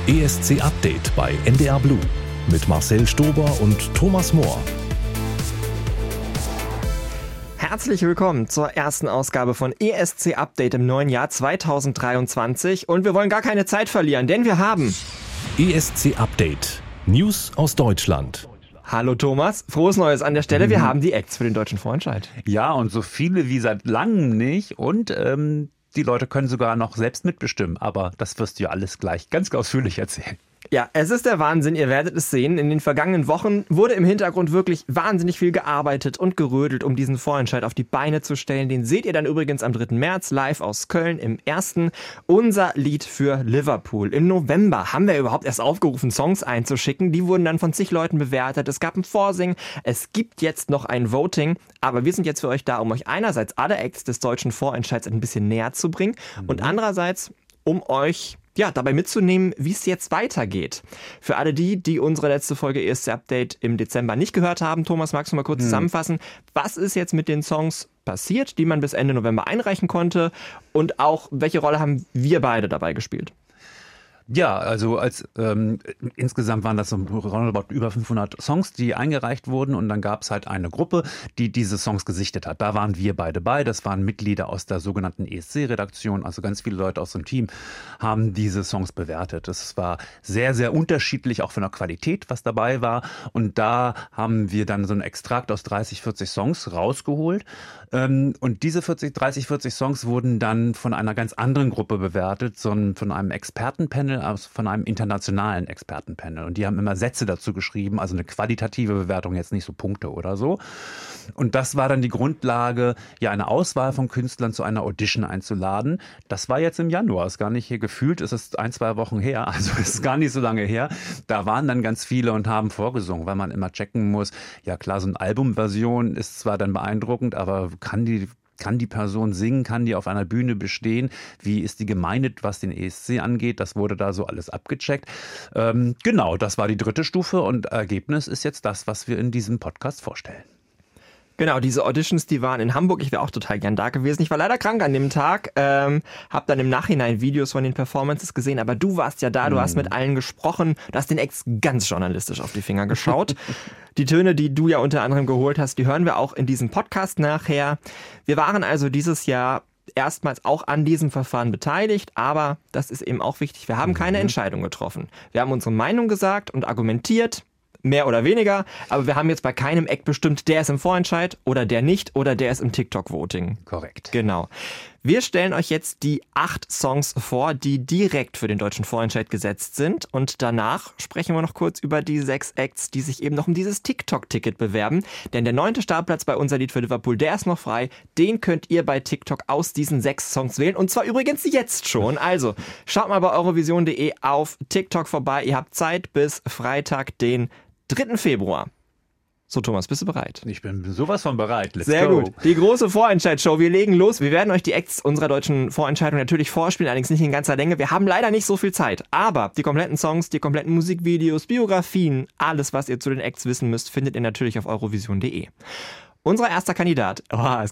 ESC Update bei NDR Blue mit Marcel Stober und Thomas Mohr. Herzlich willkommen zur ersten Ausgabe von ESC Update im neuen Jahr 2023 und wir wollen gar keine Zeit verlieren, denn wir haben ESC Update, News aus Deutschland. Hallo Thomas, frohes Neues an der Stelle, wir haben die Acts für den deutschen Vorentscheid. Ja, und so viele wie seit langem nicht und die Leute können sogar noch selbst mitbestimmen, aber das wirst du ja alles gleich ganz ausführlich erzählen. Ja, es ist der Wahnsinn, ihr werdet es sehen. In den vergangenen Wochen wurde im Hintergrund wirklich wahnsinnig viel gearbeitet und gerödelt, um diesen Vorentscheid auf die Beine zu stellen. Den seht ihr dann übrigens am 3. März live aus Köln im ersten. Unser Lied für Liverpool. Im November haben wir überhaupt erst aufgerufen, Songs einzuschicken. Die wurden dann von zig Leuten bewertet. Es gab ein Vorsingen. Es gibt jetzt noch ein Voting. Aber wir sind jetzt für euch da, um euch einerseits alle Acts des deutschen Vorentscheids ein bisschen näher zu bringen und andererseits um euch dabei mitzunehmen, wie es jetzt weitergeht. Für alle die unsere letzte Folge ESC Update im Dezember nicht gehört haben, Thomas, magst du mal kurz zusammenfassen, was ist jetzt mit den Songs passiert, die man bis Ende November einreichen konnte und auch welche Rolle haben wir beide dabei gespielt? Ja, also insgesamt waren das so roundabout über 500 Songs, die eingereicht wurden und dann gab es halt eine Gruppe, die diese Songs gesichtet hat. Da waren wir beide bei, das waren Mitglieder aus der sogenannten ESC-Redaktion, also ganz viele Leute aus dem Team haben diese Songs bewertet. Das war sehr, sehr unterschiedlich, auch von der Qualität, was dabei war und da haben wir dann so einen Extrakt aus 30, 40 Songs rausgeholt und diese 30, 40 Songs wurden dann von einer ganz anderen Gruppe bewertet, von einem Expertenpanel, von einem internationalen Expertenpanel. Und die haben immer Sätze dazu geschrieben, also eine qualitative Bewertung, jetzt nicht so Punkte oder so. Und das war dann die Grundlage, eine Auswahl von Künstlern zu einer Audition einzuladen. Das war jetzt im Januar, ist gar nicht hier gefühlt, es ist 1-2 Wochen her, also ist gar nicht so lange her. Da waren dann ganz viele und haben vorgesungen, weil man immer checken muss, ja klar, so eine Albumversion ist zwar dann beeindruckend, aber kann die Person singen, kann die auf einer Bühne bestehen, wie ist die gemeindet, was den ESC angeht, das wurde da so alles abgecheckt. Genau, das war die 3. Stufe und Ergebnis ist jetzt das, was wir in diesem Podcast vorstellen. Genau, diese Auditions, die waren in Hamburg. Ich wäre auch total gern da gewesen. Ich war leider krank an dem Tag, habe dann im Nachhinein Videos von den Performances gesehen, aber du warst ja da, du hast mit allen gesprochen, du hast den Acts ganz journalistisch auf die Finger geschaut. Die Töne, die du ja unter anderem geholt hast, die hören wir auch in diesem Podcast nachher. Wir waren also dieses Jahr erstmals auch an diesem Verfahren beteiligt, aber das ist eben auch wichtig, wir haben keine Entscheidung getroffen. Wir haben unsere Meinung gesagt und argumentiert, mehr oder weniger, aber wir haben jetzt bei keinem Act bestimmt, der ist im Vorentscheid oder der nicht oder der ist im TikTok-Voting. Korrekt. Genau. Wir stellen euch jetzt die 8 Songs vor, die direkt für den deutschen Vorentscheid gesetzt sind und danach sprechen wir noch kurz über die 6 Acts, die sich eben noch um dieses TikTok-Ticket bewerben, denn der 9. Startplatz bei Unser Lied für Liverpool, der ist noch frei, den könnt ihr bei TikTok aus diesen 6 Songs wählen und zwar übrigens jetzt schon, also schaut mal bei eurovision.de auf TikTok vorbei, ihr habt Zeit bis Freitag, den 3. Februar. So, Thomas, bist du bereit? Ich bin sowas von bereit. Let's Sehr go. gut. Die große Vorentscheid-Show. Wir legen los. Wir werden euch die Acts unserer deutschen Vorentscheidung natürlich vorspielen, allerdings nicht in ganzer Länge. Wir haben leider nicht so viel Zeit. Aber die kompletten Songs, die kompletten Musikvideos, Biografien, alles, was ihr zu den Acts wissen müsst, findet ihr natürlich auf eurovision.de. Unser erster Kandidat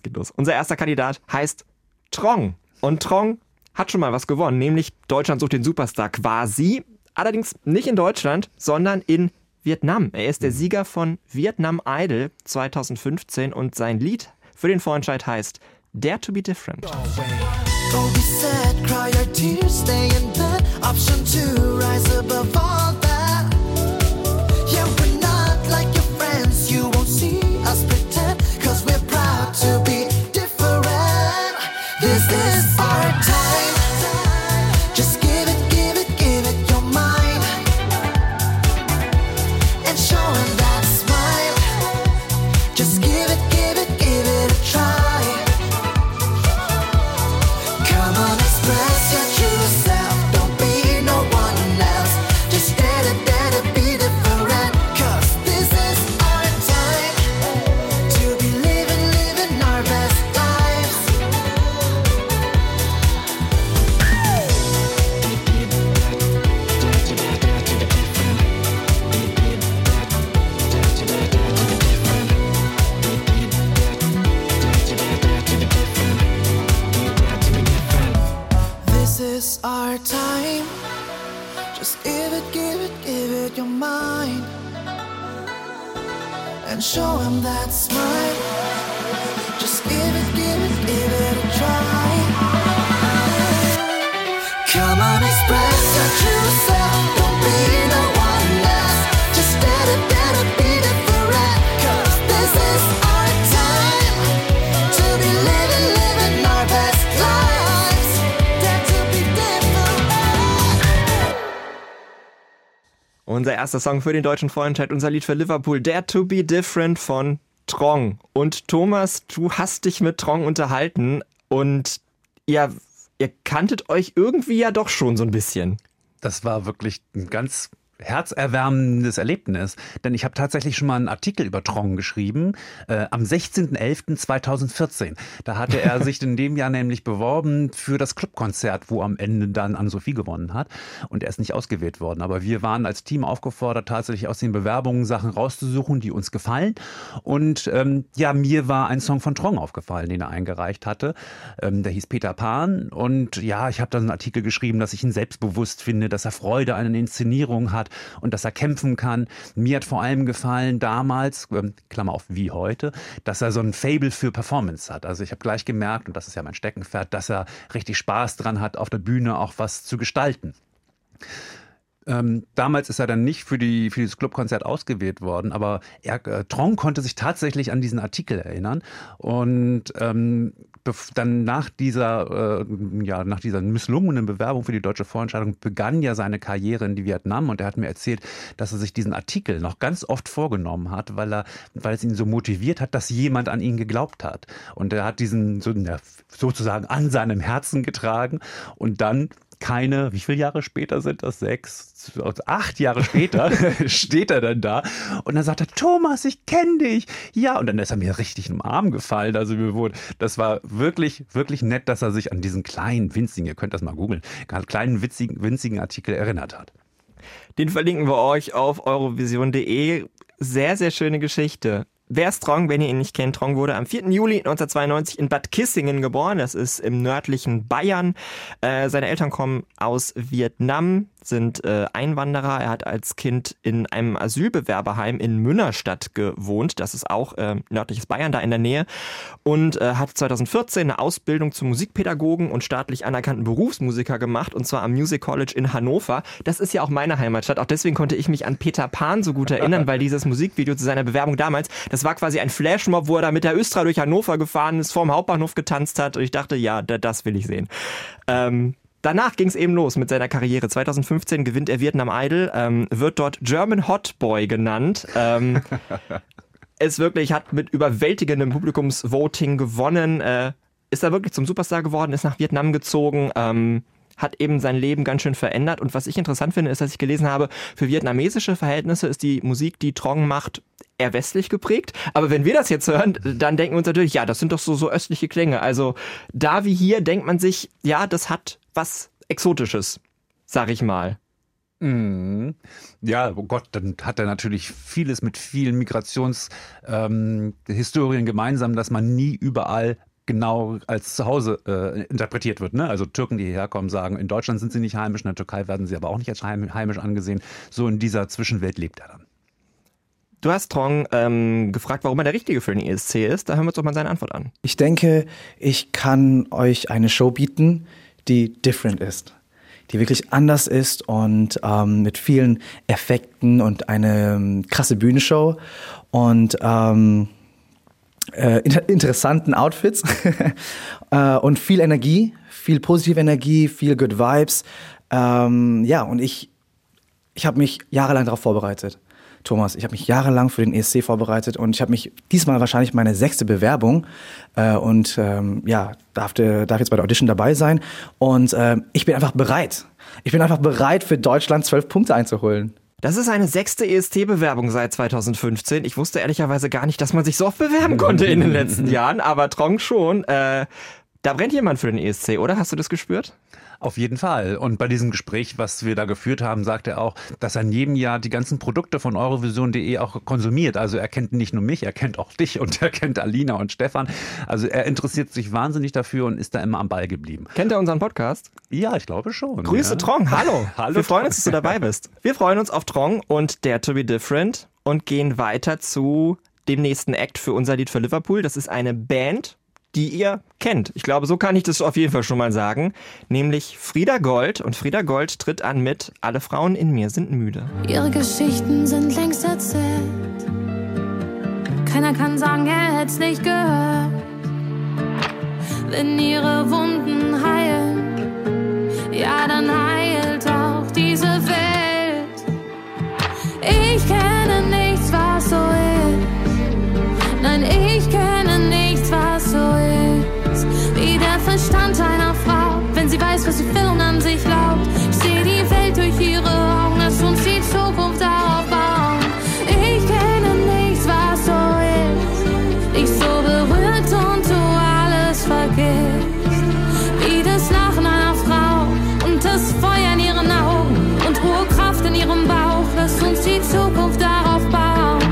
heißt Trong. Und Trong hat schon mal was gewonnen, nämlich Deutschland sucht den Superstar quasi. Allerdings nicht in Deutschland, sondern in Vietnam. Er ist der Sieger von Vietnam Idol 2015 und sein Lied für den Vorentscheid heißt Dare to be Different. Don't be sad, cry your tears, stay in bed. Option 2, rise above all that. Yeah, we're not like your friends, you won't see us pretend, cause we're proud to be different. This is our time. Just give it your mind. And show 'em that smile. Just give it a try. Come on, express your true self. Don't be Just give it your mind. And show him that's mine. Just give it a try. Come on, express your true self. Don't be no one else. Just let it be different. 'Cause this is our time to be living our best lives. Dare to be different. Unser erster Song für den deutschen Vorentscheid, unser Lied für Liverpool, Dare to be Different von Trong. Und Thomas, du hast dich mit Trong unterhalten und ihr kanntet euch irgendwie ja doch schon so ein bisschen. Das war wirklich ein ganz herzerwärmendes Erlebnis, denn ich habe tatsächlich schon mal einen Artikel über Trong geschrieben, am 16.11.2014. Da hatte er sich in dem Jahr nämlich beworben für das Clubkonzert, wo am Ende dann Anne-Sophie gewonnen hat, und er ist nicht ausgewählt worden. Aber wir waren als Team aufgefordert, tatsächlich aus den Bewerbungen Sachen rauszusuchen, die uns gefallen, und mir war ein Song von Trong aufgefallen, den er eingereicht hatte. Der hieß Peter Pan, und ja, ich habe dann einen Artikel geschrieben, dass ich ihn selbstbewusst finde, dass er Freude an einer Inszenierung hat und dass er kämpfen kann. Mir hat vor allem gefallen damals, Klammer auf wie heute, dass er so ein Faible für Performance hat. Also ich habe gleich gemerkt, und das ist ja mein Steckenpferd, dass er richtig Spaß dran hat, auf der Bühne auch was zu gestalten. Damals ist er dann nicht für dieses Clubkonzert ausgewählt worden, aber Trong konnte sich tatsächlich an diesen Artikel erinnern, und dann nach dieser misslungenen Bewerbung für die deutsche Vorentscheidung begann ja seine Karriere in Vietnam, und er hat mir erzählt, dass er sich diesen Artikel noch ganz oft vorgenommen hat, weil es ihn so motiviert hat, dass jemand an ihn geglaubt hat, und er hat diesen sozusagen an seinem Herzen getragen, und dann wie viele Jahre später sind das? 8 Jahre später steht er dann da, und dann sagt er, Thomas, ich kenne dich. Ja, und dann ist er mir richtig im Arm gefallen. Also das war wirklich, wirklich nett, dass er sich an diesen kleinen, winzigen, ihr könnt das mal googeln, kleinen, winzigen Artikel erinnert hat. Den verlinken wir euch auf eurovision.de. Sehr, sehr schöne Geschichte. Wer ist Trong, wenn ihr ihn nicht kennt? Trong wurde am 4. Juli 1992 in Bad Kissingen geboren. Das ist im nördlichen Bayern. Seine Eltern kommen aus Vietnam, sind Einwanderer. Er hat als Kind in einem Asylbewerberheim in Münnerstadt gewohnt. Das ist auch nördliches Bayern, da in der Nähe. Und hat 2014 eine Ausbildung zum Musikpädagogen und staatlich anerkannten Berufsmusiker gemacht. Und zwar am Music College in Hannover. Das ist ja auch meine Heimatstadt. Auch deswegen konnte ich mich an Peter Pan so gut erinnern, weil dieses Musikvideo zu seiner Bewerbung damals, das war quasi ein Flashmob, wo er da mit der Östra durch Hannover gefahren ist, vorm Hauptbahnhof getanzt hat. Und ich dachte, ja, das will ich sehen. Danach ging es eben los mit seiner Karriere. 2015 gewinnt er Vietnam Idol, wird dort German Hot Boy genannt. Es wirklich hat mit überwältigendem Publikumsvoting gewonnen. Ist er wirklich zum Superstar geworden, ist nach Vietnam gezogen, hat eben sein Leben ganz schön verändert. Und was ich interessant finde, ist, dass ich gelesen habe, für vietnamesische Verhältnisse ist die Musik, die Trong macht, eher westlich geprägt. Aber wenn wir das jetzt hören, dann denken wir uns natürlich, ja, das sind doch so östliche Klänge. Also da wie hier denkt man sich, ja, das hat was Exotisches, sag ich mal. Ja, oh Gott, dann hat er natürlich vieles mit vielen Migrationshistorien gemeinsam, dass man nie überall genau als Zuhause interpretiert wird. Ne? Also Türken, die hierher kommen, sagen, in Deutschland sind sie nicht heimisch, in der Türkei werden sie aber auch nicht als heimisch angesehen. So in dieser Zwischenwelt lebt er dann. Du hast Trong gefragt, warum er der Richtige für den ESC ist. Da hören wir uns doch mal seine Antwort an. Ich denke, ich kann euch eine Show bieten, die different ist. Die wirklich anders ist und mit vielen Effekten und eine krasse Bühnenshow und interessanten Outfits und viel Energie, viel positive Energie, viel good vibes. Und ich habe mich jahrelang darauf vorbereitet. Thomas, ich habe mich jahrelang für den ESC vorbereitet und ich habe mich diesmal wahrscheinlich meine 6. Bewerbung darf jetzt bei der Audition dabei sein und ich bin einfach bereit. Ich bin einfach bereit, für Deutschland 12 Punkte einzuholen. Das ist eine 6. ESC-Bewerbung seit 2015. Ich wusste ehrlicherweise gar nicht, dass man sich so oft bewerben konnte in den letzten Jahren, aber Trong schon. Da brennt jemand für den ESC, oder? Hast du das gespürt? Auf jeden Fall. Und bei diesem Gespräch, was wir da geführt haben, sagt er auch, dass er in jedem Jahr die ganzen Produkte von Eurovision.de auch konsumiert. Also er kennt nicht nur mich, er kennt auch dich und er kennt Alina und Stefan. Also er interessiert sich wahnsinnig dafür und ist da immer am Ball geblieben. Kennt er unseren Podcast? Ja, ich glaube schon. Grüße, ja. Trong, hallo. Hallo, Wir freuen Trong. uns, dass du dabei bist. Wir freuen uns auf Trong und Dare to be Different und gehen weiter zu dem nächsten Act für unser Lied für Liverpool. Das ist eine Band, die ihr kennt. Ich glaube, so kann ich das auf jeden Fall schon mal sagen. Nämlich Frieda Gold. Und Frieda Gold tritt an mit Alle Frauen in mir sind müde. Ihre Geschichten sind längst erzählt. Keiner kann sagen, er hätt's nicht gehört. Wenn ihre Wunden heilen, ja, dann heilt auch diese Welt. Ich kenne nichts, was so ist. Nein, ich kenne nichts, was so ist. Wie der Verstand einer Frau, wenn sie weiß, was sie will und an sich glaubt. Ich sehe die Welt durch ihre Augen, lass uns die Zukunft darauf bauen. Ich kenne nichts, was so ist. Dich so berührt und du alles vergisst. Wie das Lachen einer Frau und das Feuer in ihren Augen und hohe Kraft in ihrem Bauch. Lass uns die Zukunft darauf bauen.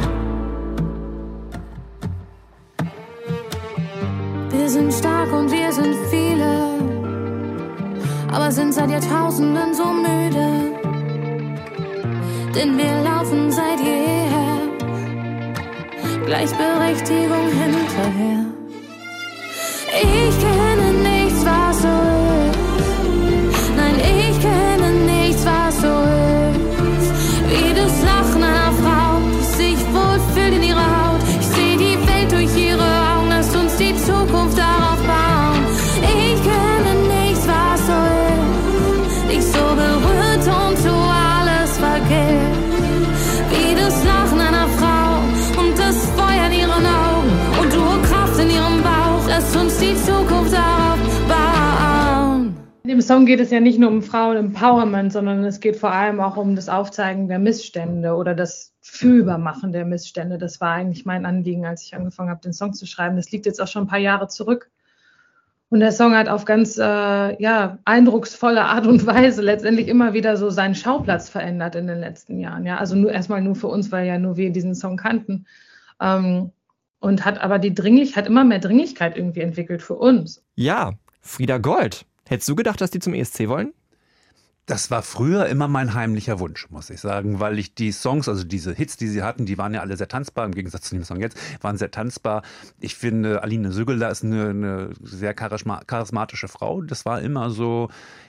Wir sind stark und wir sind viele, aber sind seit Jahrtausenden so müde. Denn wir laufen seit jeher Gleichberechtigung hinterher. Ich kenne nichts, was so ist. Nein, ich kenne nichts, was so ist. Wie das Lachen einer Frau, die sich wohlfühlt in ihrer Haut. Ich sehe die Welt durch ihre Augen, lasst uns die Zukunft darauf bauen. Ich kenne nichts, was so ist. Dich so berührt und du alles vergisst. Wie das Lachen einer Frau und das Feuer in ihren Augen und du Kraft in ihrem Bauch. Lasst uns die Zukunft darauf bauen. In dem Song geht es ja nicht nur um Frauen-Empowerment, sondern es geht vor allem auch um das Aufzeigen der Missstände oder das Fühlbarmachen der Missstände. Das war eigentlich mein Anliegen, als ich angefangen habe, den Song zu schreiben. Das liegt jetzt auch schon ein paar Jahre zurück. Und der Song hat auf ganz eindrucksvolle Art und Weise letztendlich immer wieder so seinen Schauplatz verändert in den letzten Jahren. Ja? Also erstmal nur für uns, weil ja nur wir diesen Song kannten. Und hat aber immer mehr Dringlichkeit irgendwie entwickelt für uns. Ja, Frieda Gold. Hättest du gedacht, dass die zum ESC wollen? Das war früher immer mein heimlicher Wunsch, muss ich sagen, weil ich die Songs, also diese Hits, die sie hatten, die waren ja alle sehr tanzbar, im Gegensatz zu dem Song jetzt, waren sehr tanzbar. Ich finde, Aline Sögele ist eine sehr charismatische Frau. Das war immer so,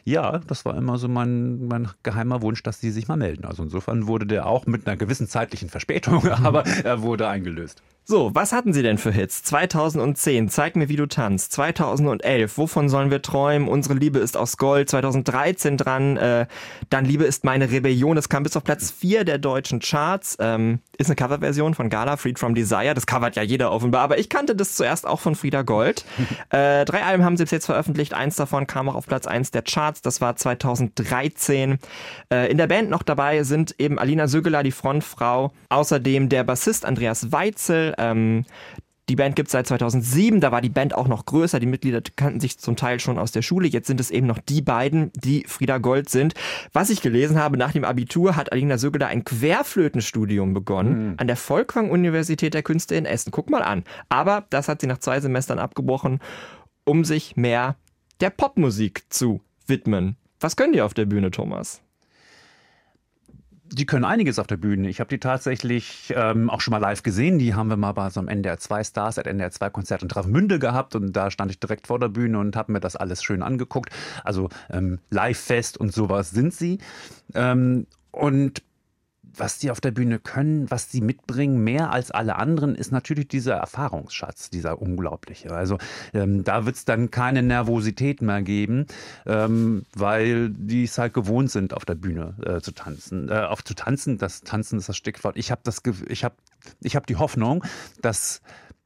mein geheimer Wunsch, dass die sich mal melden. Also insofern wurde der auch mit einer gewissen zeitlichen Verspätung, aber er wurde eingelöst. So, was hatten sie denn für Hits? 2010, Zeig mir, wie du tanzt. 2011, Wovon sollen wir träumen? Unsere Liebe ist aus Gold. 2013 dran, Dann Liebe ist meine Rebellion. Das kam bis auf Platz 4 der deutschen Charts. Ist eine Coverversion von Gala, Freed from Desire. Das covert ja jeder offenbar. Aber ich kannte das zuerst auch von Frieda Gold. 3 Alben haben sie bis jetzt veröffentlicht. Eins davon kam auch auf Platz 1 der Charts. Das war 2013. In der Band noch dabei sind eben Alina Sögele, die Frontfrau. Außerdem der Bassist Andreas Weitzel. Die Band gibt es seit 2007, da war die Band auch noch größer, die Mitglieder kannten sich zum Teil schon aus der Schule, jetzt sind es eben noch die beiden, die Frieda Gold sind. Was ich gelesen habe, nach dem Abitur hat Alina Sögele ein Querflötenstudium begonnen an der Folkwang-Universität der Künste in Essen. Guck mal an. Aber das hat sie nach 2 Semestern abgebrochen, um sich mehr der Popmusik zu widmen. Was können die auf der Bühne, Thomas? Die können einiges auf der Bühne. Ich habe die tatsächlich auch schon mal live gesehen. Die haben wir mal bei so einem NDR 2 Stars at NDR 2 Konzert in Travemünde gehabt und da stand ich direkt vor der Bühne und habe mir das alles schön angeguckt. Also Live-Fest und sowas sind sie. Und was die auf der Bühne können, was sie mitbringen, mehr als alle anderen, ist natürlich dieser Erfahrungsschatz, dieser unglaubliche. Also da wird es dann keine Nervosität mehr geben, weil die es halt gewohnt sind, auf der Bühne zu tanzen. Das Tanzen ist das Stichwort. Ich hab die Hoffnung, dass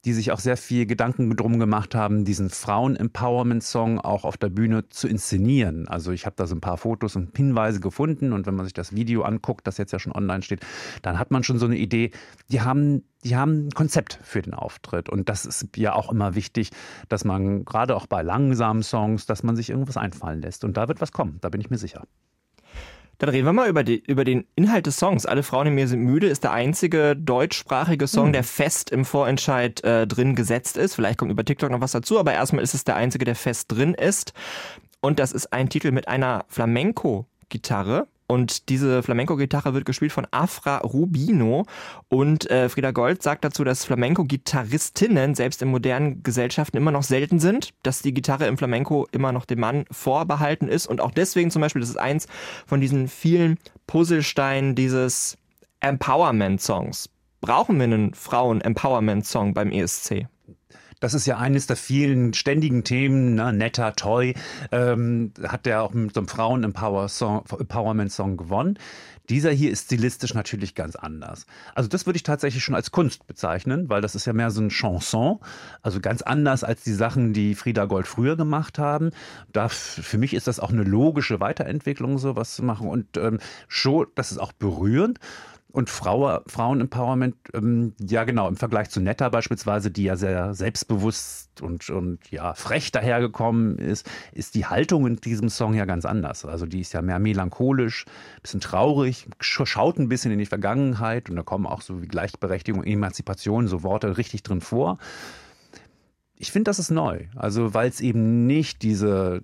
die sich auch sehr viel Gedanken drum gemacht haben, diesen Frauen-Empowerment-Song auch auf der Bühne zu inszenieren. Also ich habe da so ein paar Fotos und Hinweise gefunden und wenn man sich das Video anguckt, das jetzt ja schon online steht, dann hat man schon so eine Idee, die haben ein Konzept für den Auftritt und das ist ja auch immer wichtig, dass man gerade auch bei langsamen Songs, dass man sich irgendwas einfallen lässt und da wird was kommen, da bin ich mir sicher. Dann reden wir mal über den Inhalt des Songs. Alle Frauen in mir sind müde ist der einzige deutschsprachige Song, der fest im Vorentscheid drin gesetzt ist. Vielleicht kommt über TikTok noch was dazu, aber erstmal ist es der einzige, der fest drin ist. Und das ist ein Titel mit einer Flamenco-Gitarre. Und diese Flamenco-Gitarre wird gespielt von Afra Rubino. Und Frieda Gold sagt dazu, dass Flamenco-Gitarristinnen selbst in modernen Gesellschaften immer noch selten sind, dass die Gitarre im Flamenco immer noch dem Mann vorbehalten ist. Und auch deswegen zum Beispiel, das ist eins von diesen vielen Puzzlesteinen dieses Empowerment-Songs. Brauchen wir einen Frauen-Empowerment-Song beim ESC? Das ist ja eines der vielen ständigen Themen, ne? Netta, Toy, hat der auch mit so einem Frauen-Empowerment-Song gewonnen. Dieser hier ist stilistisch natürlich ganz anders. Also das würde ich tatsächlich schon als Kunst bezeichnen, weil das ist ja mehr so ein Chanson, also ganz anders als die Sachen, die Frieda Gold früher gemacht haben. Für mich ist das auch eine logische Weiterentwicklung, sowas zu machen und schon, das ist auch berührend. Und Frauen-Empowerment, ja genau, im Vergleich zu Netta beispielsweise, die ja sehr selbstbewusst und ja frech dahergekommen ist die Haltung in diesem Song ja ganz anders. Also die ist ja mehr melancholisch, ein bisschen traurig, schaut ein bisschen in die Vergangenheit und da kommen auch so wie Gleichberechtigung, Emanzipation, so Worte richtig drin vor. Ich finde, das ist neu. Also, weil es eben nicht dieses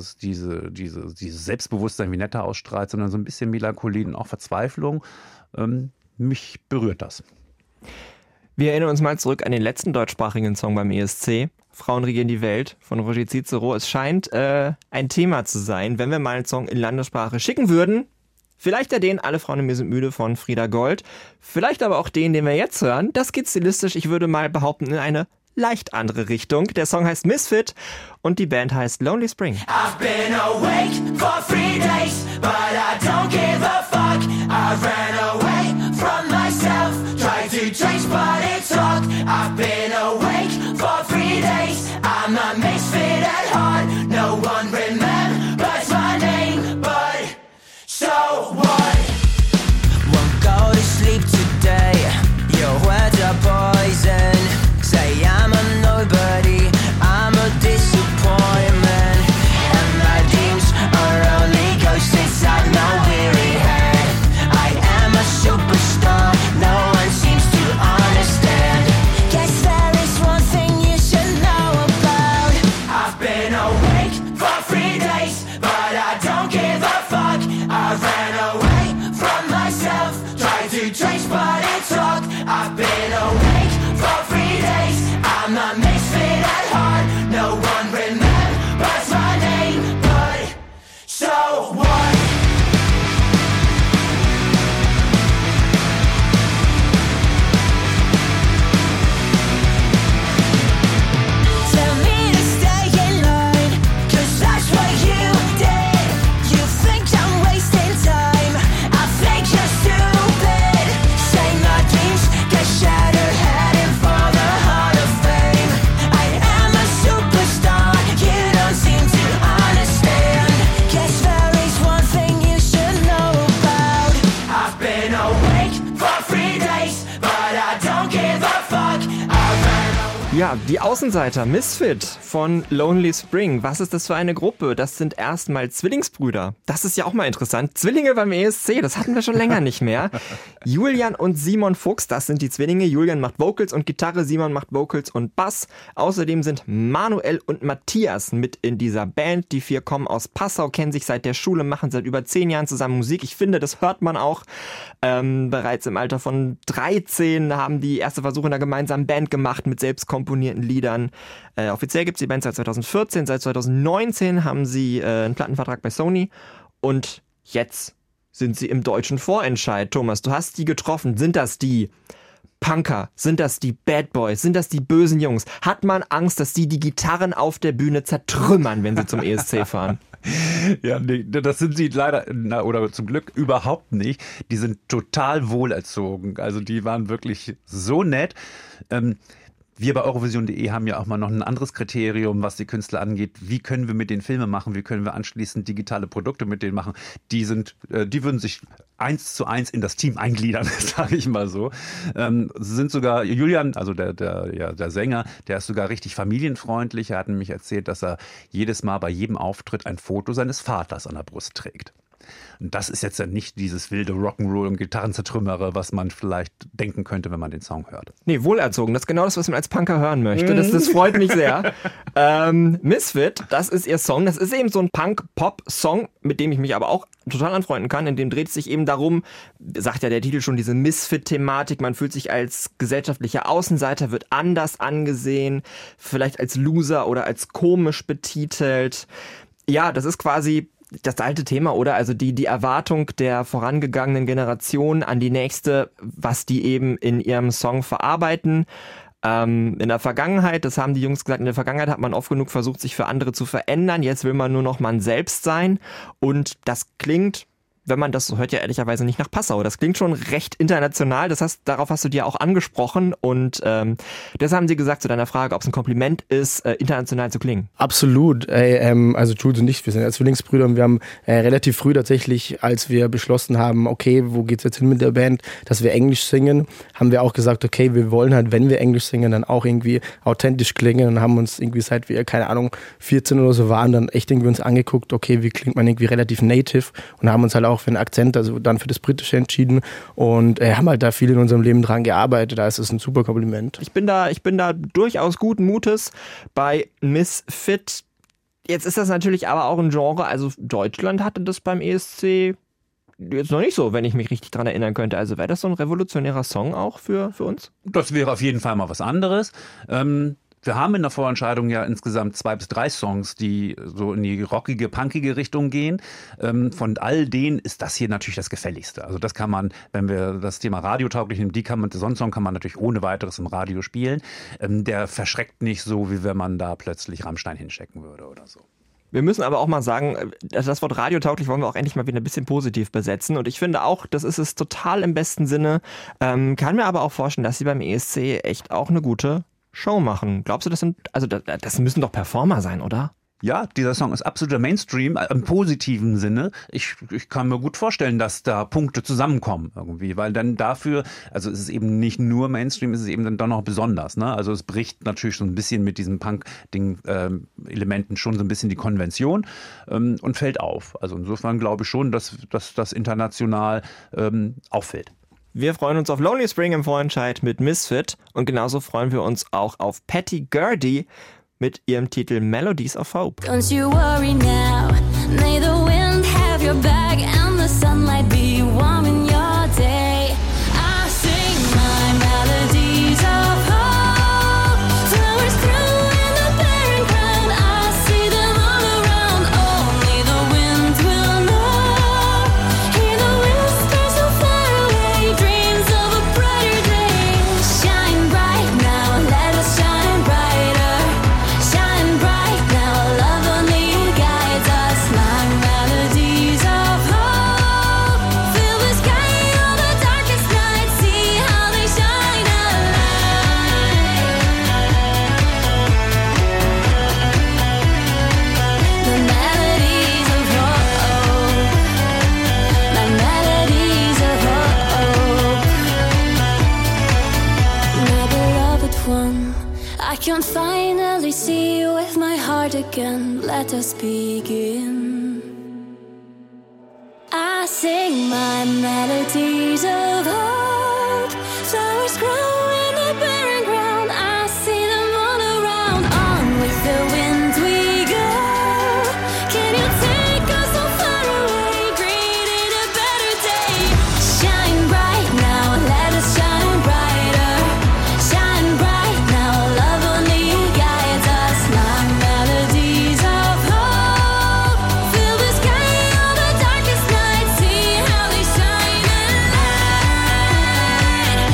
Selbstbewusstsein wie Netta ausstrahlt, sondern so ein bisschen Melancholie und auch Verzweiflung. Mich berührt das. Wir erinnern uns mal zurück an den letzten deutschsprachigen Song beim ESC. Frauen regieren die Welt von Roger Cicero. Es scheint ein Thema zu sein, wenn wir mal einen Song in Landessprache schicken würden. Vielleicht ja den Alle Frauen in mir sind müde von Frieda Gold. Vielleicht aber auch den wir jetzt hören. Das geht stilistisch, ich würde mal behaupten, in eine leicht andere Richtung. Der Song heißt Misfit und die Band heißt Lonely Spring. I've been awake for 3 days, but I don't give a fuck. I ran away from myself, tried to change but it's wrong. I've been awake for 3 days, I'm a misfit at heart. No one remembers my name, but so what? Won't go to sleep today, your words are poison. Say I'm a nobody, I'm a disappointment, and my dreams are only ghosts inside my weary head. I am a superstar, no one seems to understand. Guess there is one thing you should know about. I've been awake for 3 days, but I don't give a fuck. I ran away from myself, tried to change but it's wrong. I've been awake for 3 days, I'm a misfit at heart. No one remembers my name, but so what? Tell me to stay in line, 'cause that's what you did. You think I'm wasting time, I think you're stupid. Say my dreams get shattered, heading for the Hall of Fame. I am a superstar, you don't seem to understand. Guess there is one thing you should know about. I've been awake for 3 days, but I don't give a fuck. I ran away. Ja, die Außenseiter, Misfit von Lonely Spring. Was ist das für eine Gruppe? Das sind erstmal Zwillingsbrüder. Das ist ja auch mal interessant. Zwillinge beim ESC, das hatten wir schon länger nicht mehr. Julian und Simon Fuchs, das sind die Zwillinge. Julian macht Vocals und Gitarre, Simon macht Vocals und Bass. Außerdem sind Manuel und Matthias mit in dieser Band. Die 4 kommen aus Passau, kennen sich seit der Schule, machen seit über 10 Jahren zusammen Musik. Ich finde, das hört man auch. Bereits im Alter von 13 haben die erste Versuche in einer gemeinsamen Band gemacht mit selbst komponierten Liedern. Offiziell gibt es die Band seit 2014, seit 2019 haben sie einen Plattenvertrag bei Sony und jetzt sind sie im deutschen Vorentscheid. Thomas, du hast die getroffen. Sind das die Punker? Sind das die Bad Boys? Sind das die bösen Jungs? Hat man Angst, dass die Gitarren auf der Bühne zertrümmern, wenn sie zum ESC fahren? Ja, nee, das sind sie leider, oder zum Glück überhaupt nicht. Die sind total wohlerzogen. Also die waren wirklich so nett. Wir bei Eurovision.de haben ja auch mal noch ein anderes Kriterium, was die Künstler angeht. Wie können wir mit denen Filme machen? Wie können wir anschließend digitale Produkte mit denen machen? Die würden sich 1:1 in das Team eingliedern, sage ich mal so. Sind sogar Julian, also der Sänger, der ist sogar richtig familienfreundlich. Er hat nämlich erzählt, dass er jedes Mal bei jedem Auftritt ein Foto seines Vaters an der Brust trägt. Und das ist jetzt ja nicht dieses wilde Rock'n'Roll und Gitarrenzertrümmere, was man vielleicht denken könnte, wenn man den Song hört. Nee, wohlerzogen. Das ist genau das, was man als Punker hören möchte. Das freut mich sehr. Misfit, das ist ihr Song. Das ist eben so ein Punk-Pop-Song, mit dem ich mich aber auch total anfreunden kann. In dem dreht es sich eben darum, sagt ja der Titel schon, diese Misfit-Thematik. Man fühlt sich als gesellschaftlicher Außenseiter, wird anders angesehen, vielleicht als Loser oder als komisch betitelt. Ja, das ist quasi das alte Thema, oder? Also die Erwartung der vorangegangenen Generation an die nächste, was die eben in ihrem Song verarbeiten. In der Vergangenheit, das haben die Jungs gesagt, in der Vergangenheit hat man oft genug versucht, sich für andere zu verändern. Jetzt will man nur noch man selbst sein. Und das klingt, wenn man das so hört, ja ehrlicherweise nicht nach Passau. Das klingt schon recht international. Das heißt, darauf hast du dir auch angesprochen. Und das haben sie gesagt zu deiner Frage, ob es ein Kompliment ist, international zu klingen. Absolut. Also Jules und ich, wir sind ja Zwillingsbrüder und wir haben relativ früh tatsächlich, als wir beschlossen haben, okay, wo geht's jetzt hin mit der Band, dass wir Englisch singen, haben wir auch gesagt, okay, wir wollen halt, wenn wir Englisch singen, dann auch irgendwie authentisch klingen und haben uns irgendwie, seit wir, keine Ahnung, 14 oder so waren, dann echt irgendwie uns angeguckt, okay, wie klingt man irgendwie relativ native und haben uns halt auch für einen Akzent, also dann für das Britische entschieden und haben halt da viel in unserem Leben dran gearbeitet. Da ist es ein super Kompliment. Ich bin da durchaus guten Mutes bei Misfit. Jetzt ist das natürlich aber auch ein Genre, also Deutschland hatte das beim ESC jetzt noch nicht so, wenn ich mich richtig dran erinnern könnte. Also wäre das so ein revolutionärer Song auch für uns? Das wäre auf jeden Fall mal was anderes. Wir haben in der Vorentscheidung ja insgesamt 2 bis 3 Songs, die so in die rockige, punkige Richtung gehen. Von all denen ist das hier natürlich das Gefälligste. Also das kann man, wenn wir das Thema radiotauglich nehmen, so einen Song kann man natürlich ohne weiteres im Radio spielen. Der verschreckt nicht so, wie wenn man da plötzlich Rammstein hinstecken würde oder so. Wir müssen aber auch mal sagen, das Wort radiotauglich wollen wir auch endlich mal wieder ein bisschen positiv besetzen. Und ich finde auch, das ist es total im besten Sinne. Kann mir aber auch vorstellen, dass sie beim ESC echt auch eine gute Show machen. Glaubst du, das müssen doch Performer sein, oder? Ja, dieser Song ist absoluter Mainstream, im positiven Sinne. Ich kann mir gut vorstellen, dass da Punkte zusammenkommen irgendwie, weil dann dafür, also es ist eben nicht nur Mainstream, es ist eben dann doch noch besonders, ne? Also es bricht natürlich so ein bisschen mit diesen Punk-Elementen schon so ein bisschen die Konvention und fällt auf. Also insofern glaube ich schon, dass das international auffällt. Wir freuen uns auf Lonely Spring im Vorentscheid mit Misfit und genauso freuen wir uns auch auf Patty Gurdy mit ihrem Titel Melodies of Hope. Don't you worry now, may the wind have your back and the sunlight be warm in your day. I sing my melodies of hope, flowers grow in the barren ground, I see them all around, only the wind will know, hear the whispers so far away, dreams of a brighter day. Shine bright now, let us shine brighter, shine bright now, love only guides us, my melodies of hope, fill the sky on the darkest night, see how they shine a light. The melodies of hope, my melodies of hope. My beloved one, I can finally see you with my heart again. Let us begin. I sing my melodies of hope. Flowers grow in the barren ground. I see them all around. On with the wind we go. Can you take us so far away? Creating a better day. Shine bright now, let us shine brighter. Shine bright now, love only guides us. My melodies of hope, fill the sky on the darkest night. See how they shine a light.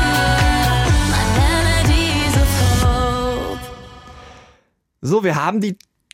My melodies of hope. So, wir haben die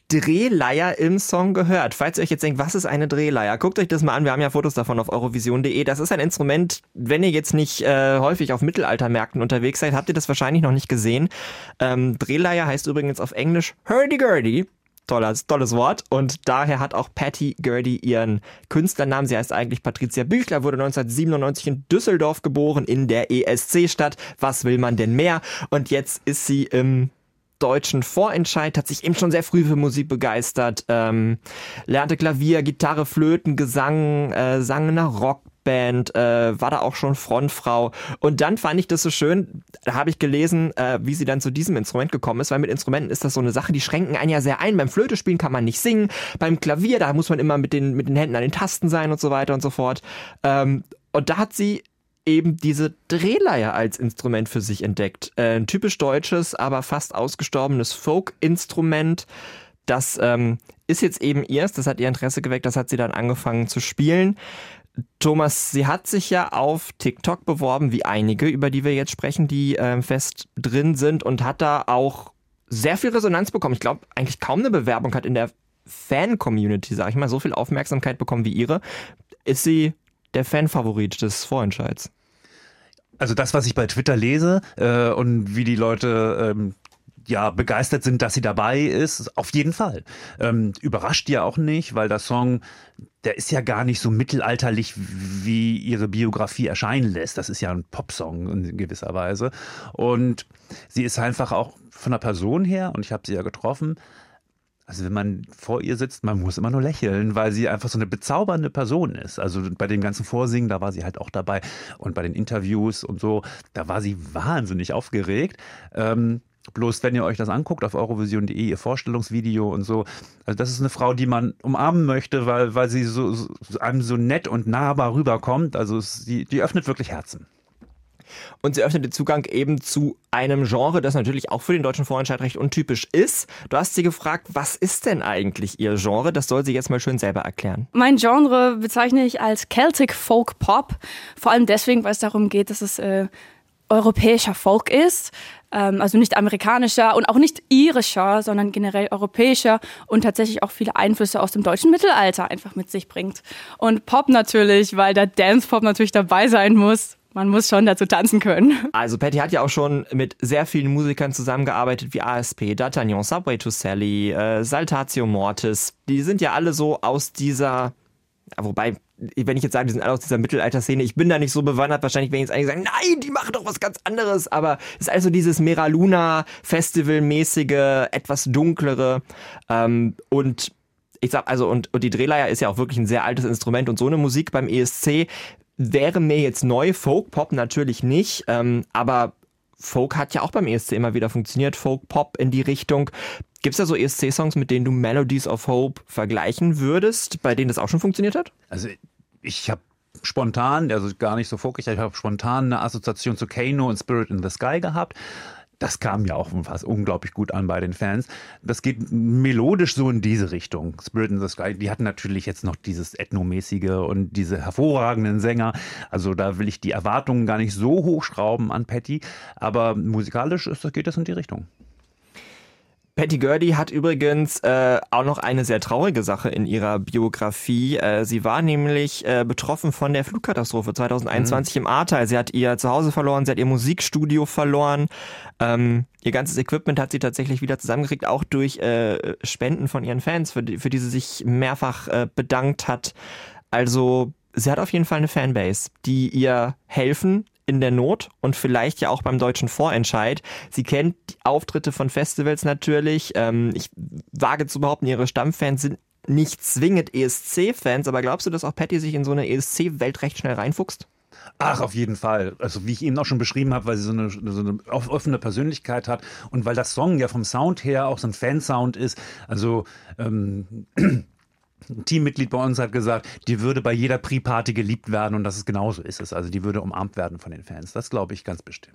Drehleier im Song gehört. Falls ihr euch jetzt denkt, was ist eine Drehleier? Guckt euch das mal an, wir haben ja Fotos davon auf eurovision.de. Das ist ein Instrument, wenn ihr jetzt nicht häufig auf Mittelaltermärkten unterwegs seid, habt ihr das wahrscheinlich noch nicht gesehen. Drehleier heißt übrigens auf Englisch Hurdy-Gurdy. Tolles Wort. Und daher hat auch Patty Gurdy ihren Künstlernamen. Sie heißt eigentlich Patricia Büchler, wurde 1997 in Düsseldorf geboren, in der ESC-Stadt. Was will man denn mehr? Und jetzt ist sie im deutschen Vorentscheid, hat sich eben schon sehr früh für Musik begeistert, lernte Klavier, Gitarre, Flöten, Gesang, sang in einer Rockband, war da auch schon Frontfrau. Und dann fand ich das so schön, da habe ich gelesen, wie sie dann zu diesem Instrument gekommen ist, weil mit Instrumenten ist das so eine Sache, die schränken einen ja sehr ein. Beim Flötespielen kann man nicht singen, beim Klavier, da muss man immer mit den Händen an den Tasten sein und so weiter und so fort. Und da hat sie eben diese Drehleier als Instrument für sich entdeckt. Ein typisch deutsches, aber fast ausgestorbenes Folk-Instrument. Das ist jetzt eben ihrs, das hat ihr Interesse geweckt, das hat sie dann angefangen zu spielen. Thomas, sie hat sich ja auf TikTok beworben, wie einige, über die wir jetzt sprechen, die fest drin sind und hat da auch sehr viel Resonanz bekommen. Ich glaube, eigentlich kaum eine Bewerbung hat in der Fan-Community, sag ich mal, so viel Aufmerksamkeit bekommen wie ihre. Ist sie der Fan-Favorit des Vorentscheids? Also das, was ich bei Twitter lese und wie die Leute begeistert sind, dass sie dabei ist, auf jeden Fall. Überrascht ja auch nicht, weil der Song, der ist ja gar nicht so mittelalterlich, wie ihre Biografie erscheinen lässt. Das ist ja ein Popsong in gewisser Weise. Und sie ist einfach auch von der Person her, und ich habe sie ja getroffen, also wenn man vor ihr sitzt, man muss immer nur lächeln, weil sie einfach so eine bezaubernde Person ist. Also bei dem ganzen Vorsingen, da war sie halt auch dabei. Und bei den Interviews und so, da war sie wahnsinnig aufgeregt. Bloß wenn ihr euch das anguckt auf eurovision.de, ihr Vorstellungsvideo und so, also das ist eine Frau, die man umarmen möchte, weil sie einem so nett und nahbar rüberkommt. Also die öffnet wirklich Herzen. Und sie öffnet den Zugang eben zu einem Genre, das natürlich auch für den deutschen Vorentscheid recht untypisch ist. Du hast sie gefragt, was ist denn eigentlich ihr Genre? Das soll sie jetzt mal schön selber erklären. Mein Genre bezeichne ich als Celtic Folk Pop. Vor allem deswegen, weil es darum geht, dass es europäischer Folk ist. Also nicht amerikanischer und auch nicht irischer, sondern generell europäischer und tatsächlich auch viele Einflüsse aus dem deutschen Mittelalter einfach mit sich bringt. Und Pop natürlich, weil der Dance-Pop natürlich dabei sein muss. Man muss schon dazu tanzen können. Also Patty hat ja auch schon mit sehr vielen Musikern zusammengearbeitet, wie ASP, D'Artagnan, Subway to Sally, Saltatio Mortis. Die sind ja alle so aus dieser, wobei, wenn ich jetzt sage, die sind alle aus dieser Mittelalter-Szene, ich bin da nicht so bewandert, wahrscheinlich werden jetzt einige sagen, nein, die machen doch was ganz anderes, aber es ist also dieses Mera Luna Festival-mäßige, etwas dunklere und ich sag also, und die Drehleier ist ja auch wirklich ein sehr altes Instrument und so eine Musik beim ESC wäre mir jetzt neu, Folk, Pop natürlich nicht, aber Folk hat ja auch beim ESC immer wieder funktioniert, Folk, Pop in die Richtung. Gibt es da so ESC-Songs, mit denen du Melodies of Hope vergleichen würdest, bei denen das auch schon funktioniert hat? Also ich habe spontan, also gar nicht so folkig, ich habe spontan eine Assoziation zu Kano und Spirit in the Sky gehabt. Das kam ja auch fast unglaublich gut an bei den Fans. Das geht melodisch so in diese Richtung. Spirit in the Sky, die hatten natürlich jetzt noch dieses Ethnomäßige und diese hervorragenden Sänger. Also da will ich die Erwartungen gar nicht so hochschrauben an Patty. Aber musikalisch geht das in die Richtung. Patty Gurdy hat übrigens auch noch eine sehr traurige Sache in ihrer Biografie. Sie war nämlich betroffen von der Flugkatastrophe 2021 im Ahrtal. Sie hat ihr Zuhause verloren, sie hat ihr Musikstudio verloren. Ihr ganzes Equipment hat sie tatsächlich wieder zusammengekriegt, auch durch Spenden von ihren Fans, für die sie sich mehrfach bedankt hat. Also sie hat auf jeden Fall eine Fanbase, die ihr helfen in der Not und vielleicht ja auch beim deutschen Vorentscheid. Sie kennt die Auftritte von Festivals natürlich. Ich wage zu behaupten, ihre Stammfans sind nicht zwingend ESC-Fans, aber glaubst du, dass auch Patty sich in so eine ESC-Welt recht schnell reinfuchst? Ach, auf jeden Fall. Also wie ich eben auch schon beschrieben habe, weil sie so eine offene Persönlichkeit hat und weil das Song ja vom Sound her auch so ein Fansound ist. Also ein Teammitglied bei uns hat gesagt, die würde bei jeder Pre-Party geliebt werden und das ist genauso ist es. Also die würde umarmt werden von den Fans. Das glaube ich ganz bestimmt.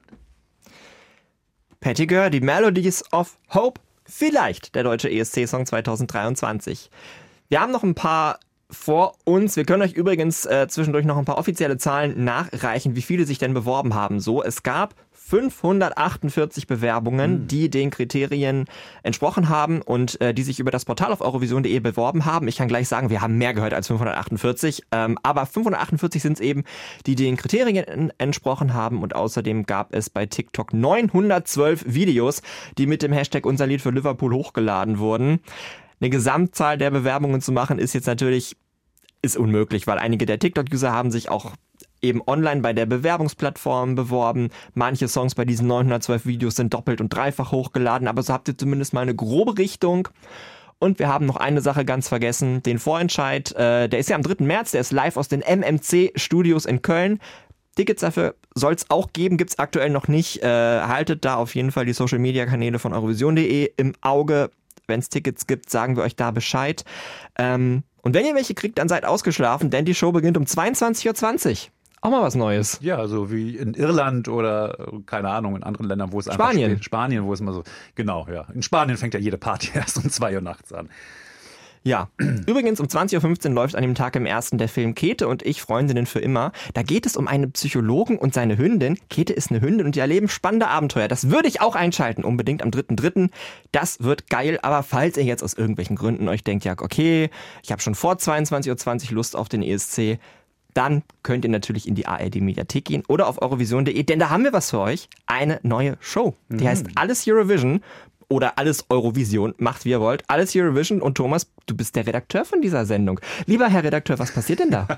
Patty Gurdy, Melodies of Hope, vielleicht der deutsche ESC-Song 2023. Wir haben noch ein paar vor uns. Wir können euch übrigens zwischendurch noch ein paar offizielle Zahlen nachreichen, wie viele sich denn beworben haben. So, es gab 548 Bewerbungen, die den Kriterien entsprochen haben und die sich über das Portal auf eurovision.de beworben haben. Ich kann gleich sagen, wir haben mehr gehört als 548, aber 548 sind es eben, die den Kriterien entsprochen haben und außerdem gab es bei TikTok 912 Videos, die mit dem Hashtag Unser Lied für Liverpool hochgeladen wurden. Eine Gesamtzahl der Bewerbungen zu machen ist jetzt natürlich unmöglich, weil einige der TikTok-User haben sich auch eben online bei der Bewerbungsplattform beworben. Manche Songs bei diesen 912 Videos sind doppelt und dreifach hochgeladen, aber so habt ihr zumindest mal eine grobe Richtung. Und wir haben noch eine Sache ganz vergessen, den Vorentscheid, der ist ja am 3. März, der ist live aus den MMC-Studios in Köln. Tickets dafür soll es auch geben, gibt es aktuell noch nicht. Haltet da auf jeden Fall die Social-Media-Kanäle von eurovision.de im Auge. Wenn es Tickets gibt, sagen wir euch da Bescheid. Und wenn ihr welche kriegt, dann seid ausgeschlafen, denn die Show beginnt um 22.20 Uhr. Auch mal was Neues. Ja, so wie in Irland oder, keine Ahnung, in anderen Ländern, wo es einfach Spanien, wo es immer so, genau, ja. In Spanien fängt ja jede Party erst um 2 Uhr nachts an. Ja, übrigens um 20.15 Uhr läuft an dem Tag im ersten der Film Käthe und ich, Freundinnen für immer. Da geht es um einen Psychologen und seine Hündin. Käthe ist eine Hündin und die erleben spannende Abenteuer. Das würde ich auch einschalten, unbedingt am 3.3. Das wird geil, aber falls ihr jetzt aus irgendwelchen Gründen euch denkt, ja okay, ich habe schon vor 22.20 Uhr Lust auf den ESC, dann könnt ihr natürlich in die ARD-Mediathek gehen oder auf eurovision.de, denn da haben wir was für euch. Eine neue Show. Die heißt Alles Eurovision oder Alles Eurovision. Macht, wie ihr wollt. Alles Eurovision. Und Thomas, du bist der Redakteur von dieser Sendung. Lieber Herr Redakteur, was passiert denn da?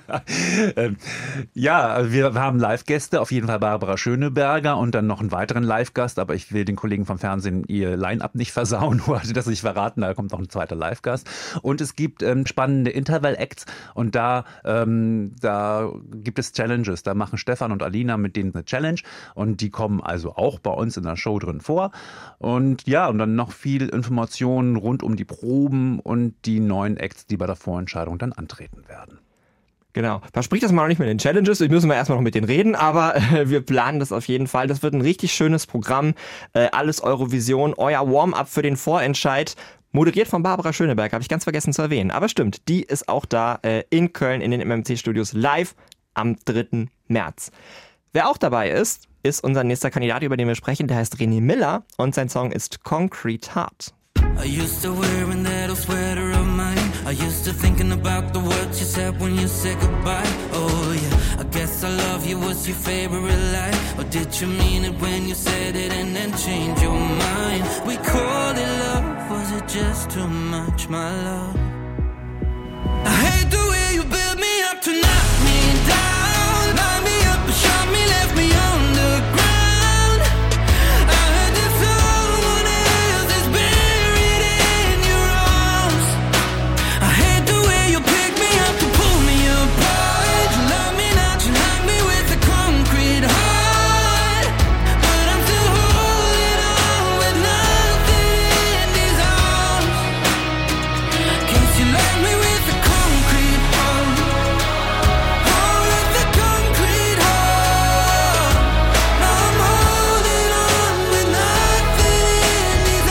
Ja, wir haben Live-Gäste. Auf jeden Fall Barbara Schöneberger und dann noch einen weiteren Live-Gast. Aber ich will den Kollegen vom Fernsehen ihr Line-Up nicht versauen. Nur hatte das nicht verraten. Da kommt noch ein zweiter Live-Gast. Und es gibt spannende Interval-Acts. Und da gibt es Challenges. Da machen Stefan und Alina mit denen eine Challenge. Und die kommen also auch bei uns in der Show drin vor. Und ja, und dann noch viel Informationen rund um die Proben und die neuen Acts, die bei der Vorentscheidung dann antreten werden. Genau. Verspricht das mal noch nicht mit den Challenges. Wir müssen erstmal noch mit denen reden, aber wir planen das auf jeden Fall. Das wird ein richtig schönes Programm. Alles Eurovision, euer Warm-up für den Vorentscheid. Moderiert von Barbara Schöneberger, habe ich ganz vergessen zu erwähnen. Aber stimmt, die ist auch da in Köln in den MMC-Studios live am 3. März. Wer auch dabei ist unser nächster Kandidat, über den wir sprechen. Der heißt René Miller und sein Song ist Concrete Heart. I used to wear that old sweater of mine. I used to thinking about the words you said when you said goodbye. Oh yeah, I guess I love you was your favorite lie. Or did you mean it when you said it and then change your mind? We called it love, was it just too much, my love? I hate the way you built me up to knock me down. Line me up and shot me, left me on the ground. I heard that someone else is buried in your arms. I hate the way you pick me up to pull me apart. You love me not, you like me with a concrete heart. But I'm still holding on with nothing in these arms. Cause you love me with a concrete heart. Oh, with a concrete heart. Now I'm holding on with nothing in these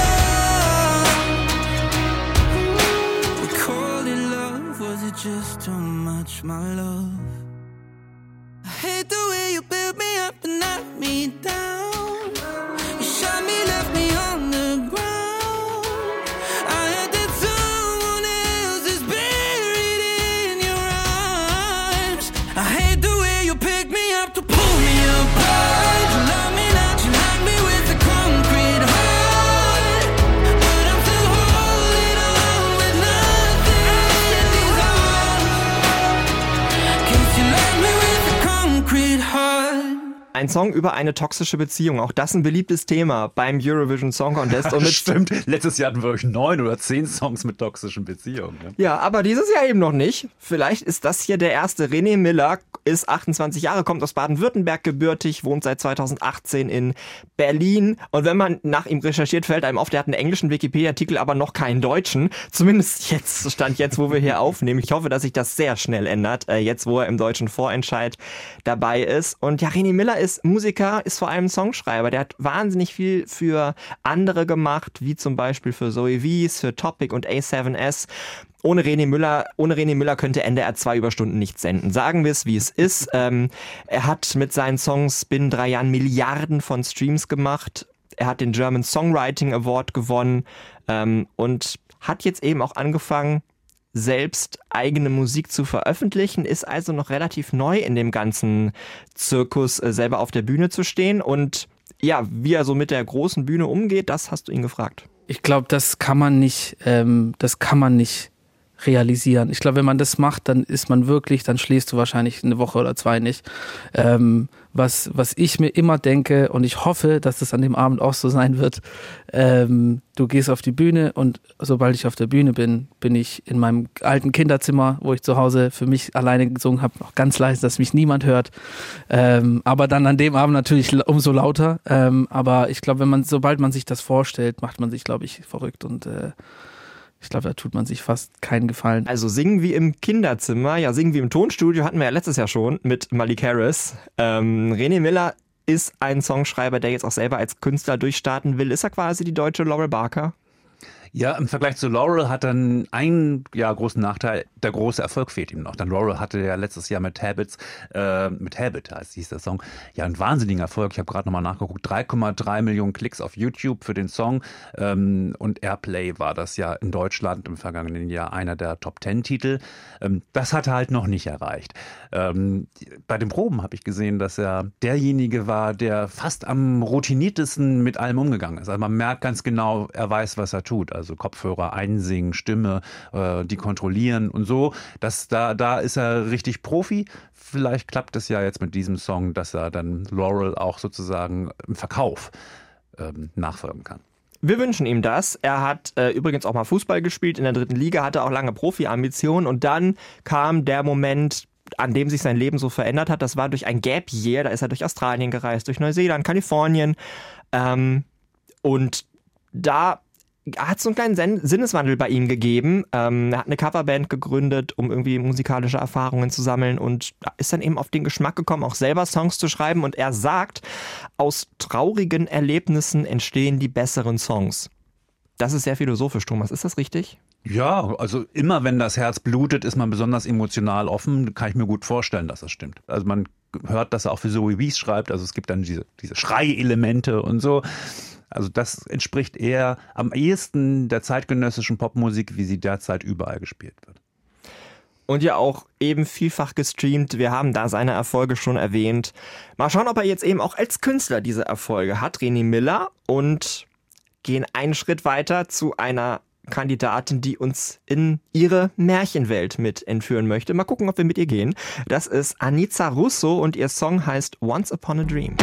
arms. We called it love, was it just too much, my love? I hate the way you built me up and knocked me down. You shot me, left me on the ground. I heard that someone else is buried in your arms. I hate the way you pick me up to pull me apart. You love me not, you like me with a concrete heart. But I'm still holding on with nothing in these arms. Cause you love me with a concrete heart. Ein Song über eine toxische Beziehung. Auch das ein beliebtes Thema beim Eurovision Song Contest. Und Stimmt, letztes Jahr hatten wir euch 9 oder 10 Songs mit toxischen Beziehungen. Ne? ja, aber dieses Jahr eben noch nicht. Vielleicht ist das hier der erste. René Miller ist 28 Jahre, kommt aus Baden-Württemberg gebürtig, wohnt seit 2018 in Berlin. Und wenn man nach ihm recherchiert, fällt einem auf, der hat einen englischen Wikipedia-Artikel, aber noch keinen deutschen. Zumindest jetzt, wo wir hier aufnehmen. Ich hoffe, dass sich das sehr schnell ändert, jetzt wo er im deutschen Vorentscheid dabei ist. Und ja, René Miller ist Musiker, ist vor allem Songschreiber. Der hat wahnsinnig viel für andere gemacht, wie zum Beispiel für Zoe Wies, für Topic und A7S. ohne René Müller könnte NDR 2 Überstunden nicht senden. Sagen wir es, wie es ist. Er hat mit seinen Songs binnen 3 Jahren Milliarden von Streams gemacht. Er hat den German Songwriting Award gewonnen und hat jetzt eben auch angefangen, selbst eigene Musik zu veröffentlichen, ist also noch relativ neu in dem ganzen Zirkus, selber auf der Bühne zu stehen. Und ja, wie er so mit der großen Bühne umgeht, das hast du ihn gefragt. Ich glaube, das kann man nicht realisieren. Ich glaube, wenn man das macht, dann schläfst du wahrscheinlich eine Woche oder 2 nicht. Was ich mir immer denke, und ich hoffe, dass das an dem Abend auch so sein wird, du gehst auf die Bühne und sobald ich auf der Bühne bin, bin ich in meinem alten Kinderzimmer, wo ich zu Hause für mich alleine gesungen habe, noch ganz leise, dass mich niemand hört. Aber dann an dem Abend natürlich umso lauter. Aber ich glaube, sobald man sich das vorstellt, macht man sich, glaube ich, verrückt und ich glaube, da tut man sich fast keinen Gefallen. Also singen wie im Kinderzimmer, ja, singen wie im Tonstudio hatten wir ja letztes Jahr schon mit Malik Harris. René Müller ist ein Songschreiber, der jetzt auch selber als Künstler durchstarten will. Ist er quasi die deutsche Laurel Barker? Ja, im Vergleich zu Laurel hat dann einen großen Nachteil, der große Erfolg fehlt ihm noch. Denn Laurel hatte ja letztes Jahr mit Habit hieß der Song, ja einen wahnsinnigen Erfolg. Ich habe gerade nochmal nachgeguckt, 3,3 Millionen Klicks auf YouTube für den Song und Airplay war das ja in Deutschland im vergangenen Jahr einer der Top-10-Titel. Das hat er halt noch nicht erreicht. Bei den Proben habe ich gesehen, dass er derjenige war, der fast am routiniertesten mit allem umgegangen ist. Also man merkt ganz genau, er weiß, was er tut. Also Kopfhörer einsingen, Stimme, die kontrollieren und so. Da ist er richtig Profi. Vielleicht klappt es ja jetzt mit diesem Song, dass er dann Laurel auch sozusagen im Verkauf nachfolgen kann. Wir wünschen ihm das. Er hat übrigens auch mal Fußball gespielt in der 3. Liga, hatte auch lange Profi-Ambitionen und dann kam der Moment, an dem sich sein Leben so verändert hat. Das war durch ein Gap Year. Da ist er durch Australien gereist, durch Neuseeland, Kalifornien und da hat es so einen kleinen Sinneswandel bei ihm gegeben. Er hat eine Coverband gegründet, um irgendwie musikalische Erfahrungen zu sammeln und ist dann eben auf den Geschmack gekommen, auch selber Songs zu schreiben. Und er sagt, aus traurigen Erlebnissen entstehen die besseren Songs. Das ist sehr philosophisch, Thomas. Ist das richtig? Ja, also immer wenn das Herz blutet, ist man besonders emotional offen. Kann ich mir gut vorstellen, dass das stimmt. Also man hört, dass er auch für Zoe Wees schreibt. Also es gibt dann diese Schreielemente und so. Also das entspricht eher am ehesten der zeitgenössischen Popmusik, wie sie derzeit überall gespielt wird. Und ja auch eben vielfach gestreamt. Wir haben da seine Erfolge schon erwähnt. Mal schauen, ob er jetzt eben auch als Künstler diese Erfolge hat, René Müller. Und gehen einen Schritt weiter zu einer Kandidatin, die uns in ihre Märchenwelt mit entführen möchte. Mal gucken, ob wir mit ihr gehen. Das ist Anica Russo und ihr Song heißt Once Upon a Dream.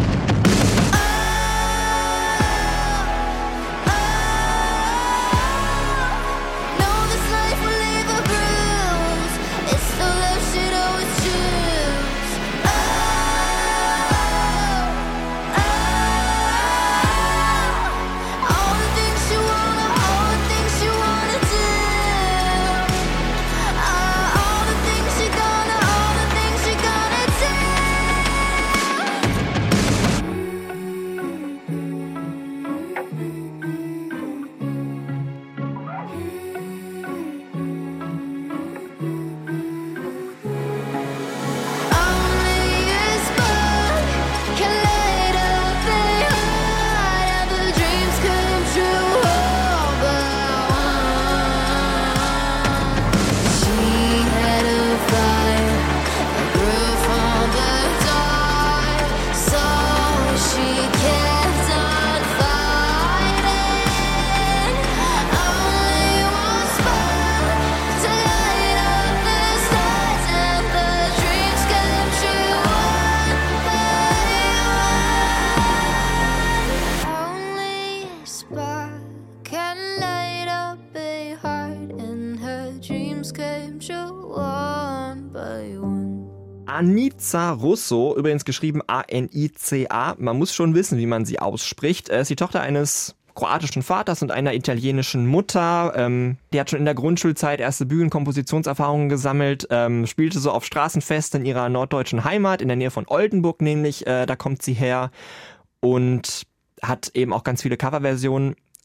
Anica Russo, übrigens geschrieben A-N-I-C-A. Man muss schon wissen, wie man sie ausspricht. Sie ist die Tochter eines kroatischen Vaters und einer italienischen Mutter. Die hat schon in der Grundschulzeit erste Bühnenkompositionserfahrungen gesammelt, spielte so auf Straßenfesten in ihrer norddeutschen Heimat, in der Nähe von Oldenburg nämlich, da kommt sie her und hat eben auch ganz viele Coverversionen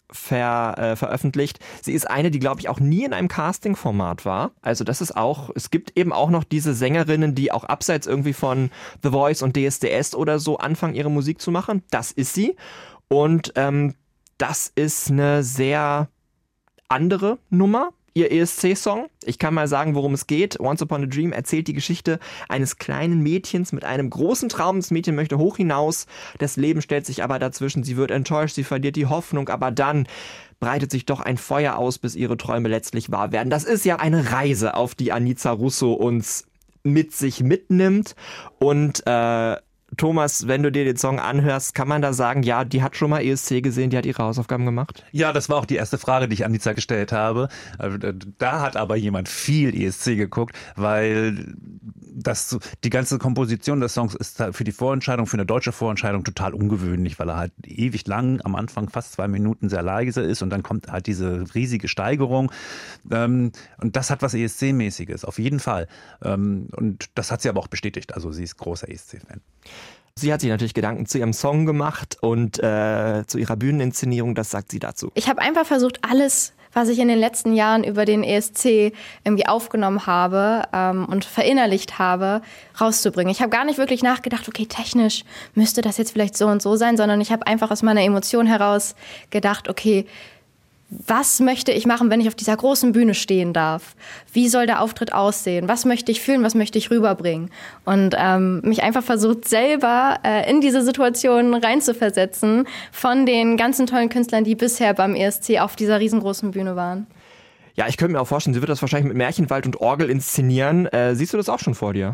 veröffentlicht. Sie ist eine, die, glaube ich, auch nie in einem Casting-Format war. Also das ist auch, es gibt eben auch noch diese Sängerinnen, die auch abseits irgendwie von The Voice und DSDS oder so anfangen, ihre Musik zu machen. Das ist sie. Und das ist eine sehr andere Nummer. Ihr ESC-Song. Ich kann mal sagen, worum es geht. Once Upon a Dream erzählt die Geschichte eines kleinen Mädchens mit einem großen Traum. Das Mädchen möchte hoch hinaus. Das Leben stellt sich aber dazwischen. Sie wird enttäuscht, sie verliert die Hoffnung, aber dann breitet sich doch ein Feuer aus, bis ihre Träume letztlich wahr werden. Das ist ja eine Reise, auf die Anica Russo uns mit sich mitnimmt. Und Thomas, wenn du dir den Song anhörst, kann man da sagen, ja, die hat schon mal ESC gesehen, die hat ihre Hausaufgaben gemacht? Ja, das war auch die erste Frage, die ich Anica gestellt habe. Da hat aber jemand viel ESC geguckt, weil die ganze Komposition des Songs ist für die Vorentscheidung, für eine deutsche Vorentscheidung total ungewöhnlich, weil er halt ewig lang, am Anfang fast 2 Minuten sehr leise ist und dann kommt halt diese riesige Steigerung. Und das hat was ESC-mäßiges, auf jeden Fall. Und das hat sie aber auch bestätigt, also sie ist großer ESC-Fan. Sie hat sich natürlich Gedanken zu ihrem Song gemacht und zu ihrer Bühneninszenierung, das sagt sie dazu. Ich habe einfach versucht, alles, was ich in den letzten Jahren über den ESC irgendwie aufgenommen habe und verinnerlicht habe, rauszubringen. Ich habe gar nicht wirklich nachgedacht, okay, technisch müsste das jetzt vielleicht so und so sein, sondern ich habe einfach aus meiner Emotion heraus gedacht, okay, was möchte ich machen, wenn ich auf dieser großen Bühne stehen darf? Wie soll der Auftritt aussehen? Was möchte ich fühlen? Was möchte ich rüberbringen? Und mich einfach versucht, selber in diese Situation reinzuversetzen von den ganzen tollen Künstlern, die bisher beim ESC auf dieser riesengroßen Bühne waren. Ja, ich könnte mir auch vorstellen, sie wird das wahrscheinlich mit Märchenwald und Orgel inszenieren. Siehst du das auch schon vor dir?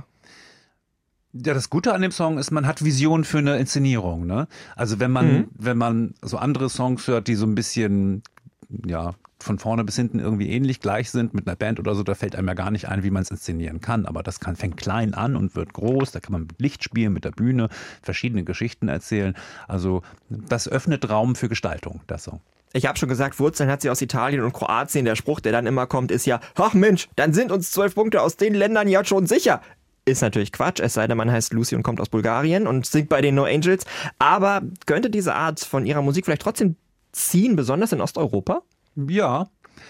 Ja, das Gute an dem Song ist, man hat Vision für eine Inszenierung, ne? Also wenn man so andere Songs hört, die so ein bisschen von vorne bis hinten irgendwie ähnlich gleich sind mit einer Band oder so, da fällt einem ja gar nicht ein, wie man es inszenieren kann. Aber das fängt klein an und wird groß. Da kann man mit Licht spielen, mit der Bühne, verschiedene Geschichten erzählen. Also das öffnet Raum für Gestaltung, der Song. Ich habe schon gesagt, Wurzeln hat sie aus Italien und Kroatien. Der Spruch, der dann immer kommt, ist ja, ach Mensch, dann sind uns 12 Punkte aus den Ländern ja schon sicher. Ist natürlich Quatsch, es sei denn, man heißt Lucy und kommt aus Bulgarien und singt bei den No Angels. Aber könnte diese Art von ihrer Musik vielleicht trotzdem ziehen, besonders in Osteuropa? Ja,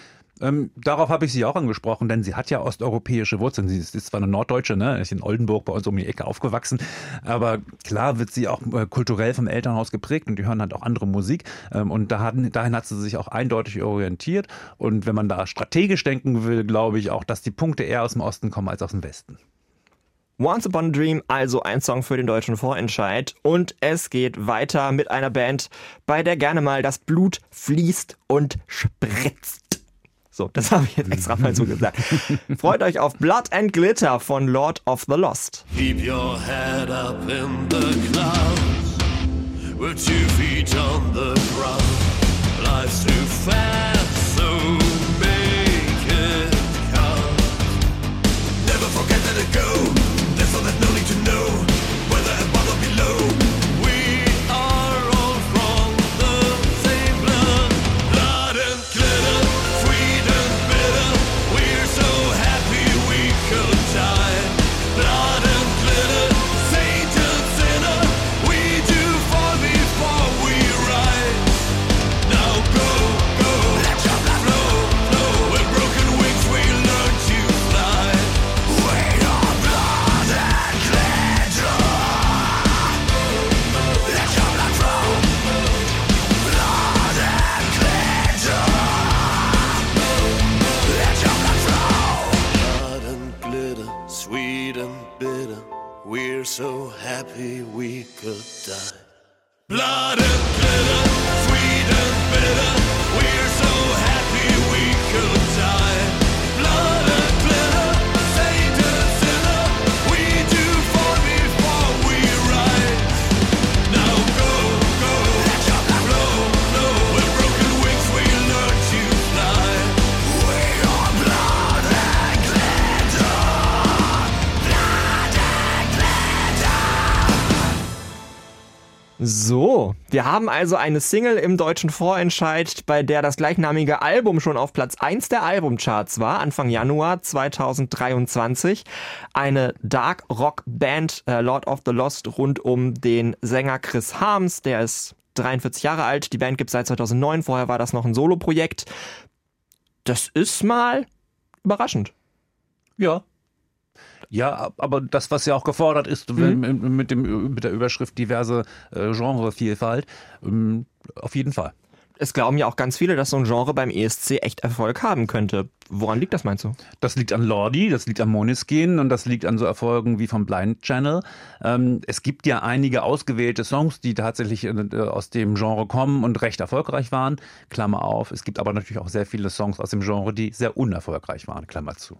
darauf habe ich sie auch angesprochen, denn sie hat ja osteuropäische Wurzeln. Sie ist zwar eine Norddeutsche, ne, ist in Oldenburg bei uns um die Ecke aufgewachsen, aber klar wird sie auch kulturell vom Elternhaus geprägt und die hören halt auch andere Musik und dahin hat sie sich auch eindeutig orientiert und wenn man da strategisch denken will, glaube ich auch, dass die Punkte eher aus dem Osten kommen als aus dem Westen. Once Upon a Dream, also ein Song für den deutschen Vorentscheid. Und es geht weiter mit einer Band, bei der gerne mal das Blut fließt und spritzt. So, das habe ich jetzt extra mal so gesagt. Freut euch auf Blood and Glitter von Lord of the Lost. Keep your head up in the clouds. We're 2 feet on the ground. Life's too fast, so make it count. Never forget that it go. So there's no need to know whether above or below. We are all from the same blood. Blood and glitter, sweet and bitter. We're so happy we could die. Blood and glitter, saint and sinner. We do fall before we rise. Now go, go, let your blood flow, flow. With broken wings we learn to fly. We are blood and glitter. Let your blood flow. Blood and glitter. Let your blood flow. Blood and glitter, sweet and bitter. We're so happy we could die. Blood and glitter, sweet and bitter. We're so happy we could die. Blood and glitter, saint and sinner. We do fall before we rise. Now go, go, let your blood flow, flow. With broken wings we learn to fly. We are blood and glitter. Blood and glitter. So, wir haben also eine Single im deutschen Vorentscheid, bei der das gleichnamige Album schon auf Platz 1 der Albumcharts war, Anfang Januar 2023. Eine Dark Rock Band, Lord of the Lost, rund um den Sänger Chris Harms, der ist 43 Jahre alt. Die Band gibt es seit 2009. Vorher war das noch ein Soloprojekt. Das ist mal überraschend. Ja. Ja, aber das, was ja auch gefordert ist, mit der Überschrift diverse Genrevielfalt, auf jeden Fall. Es glauben ja auch ganz viele, dass so ein Genre beim ESC echt Erfolg haben könnte. Woran liegt das, meinst du? Das liegt an Lordi, das liegt an Måneskin und das liegt an so Erfolgen wie vom Blind Channel. Es gibt ja einige ausgewählte Songs, die tatsächlich aus dem Genre kommen und recht erfolgreich waren, Klammer auf. Es gibt aber natürlich auch sehr viele Songs aus dem Genre, die sehr unerfolgreich waren, Klammer zu.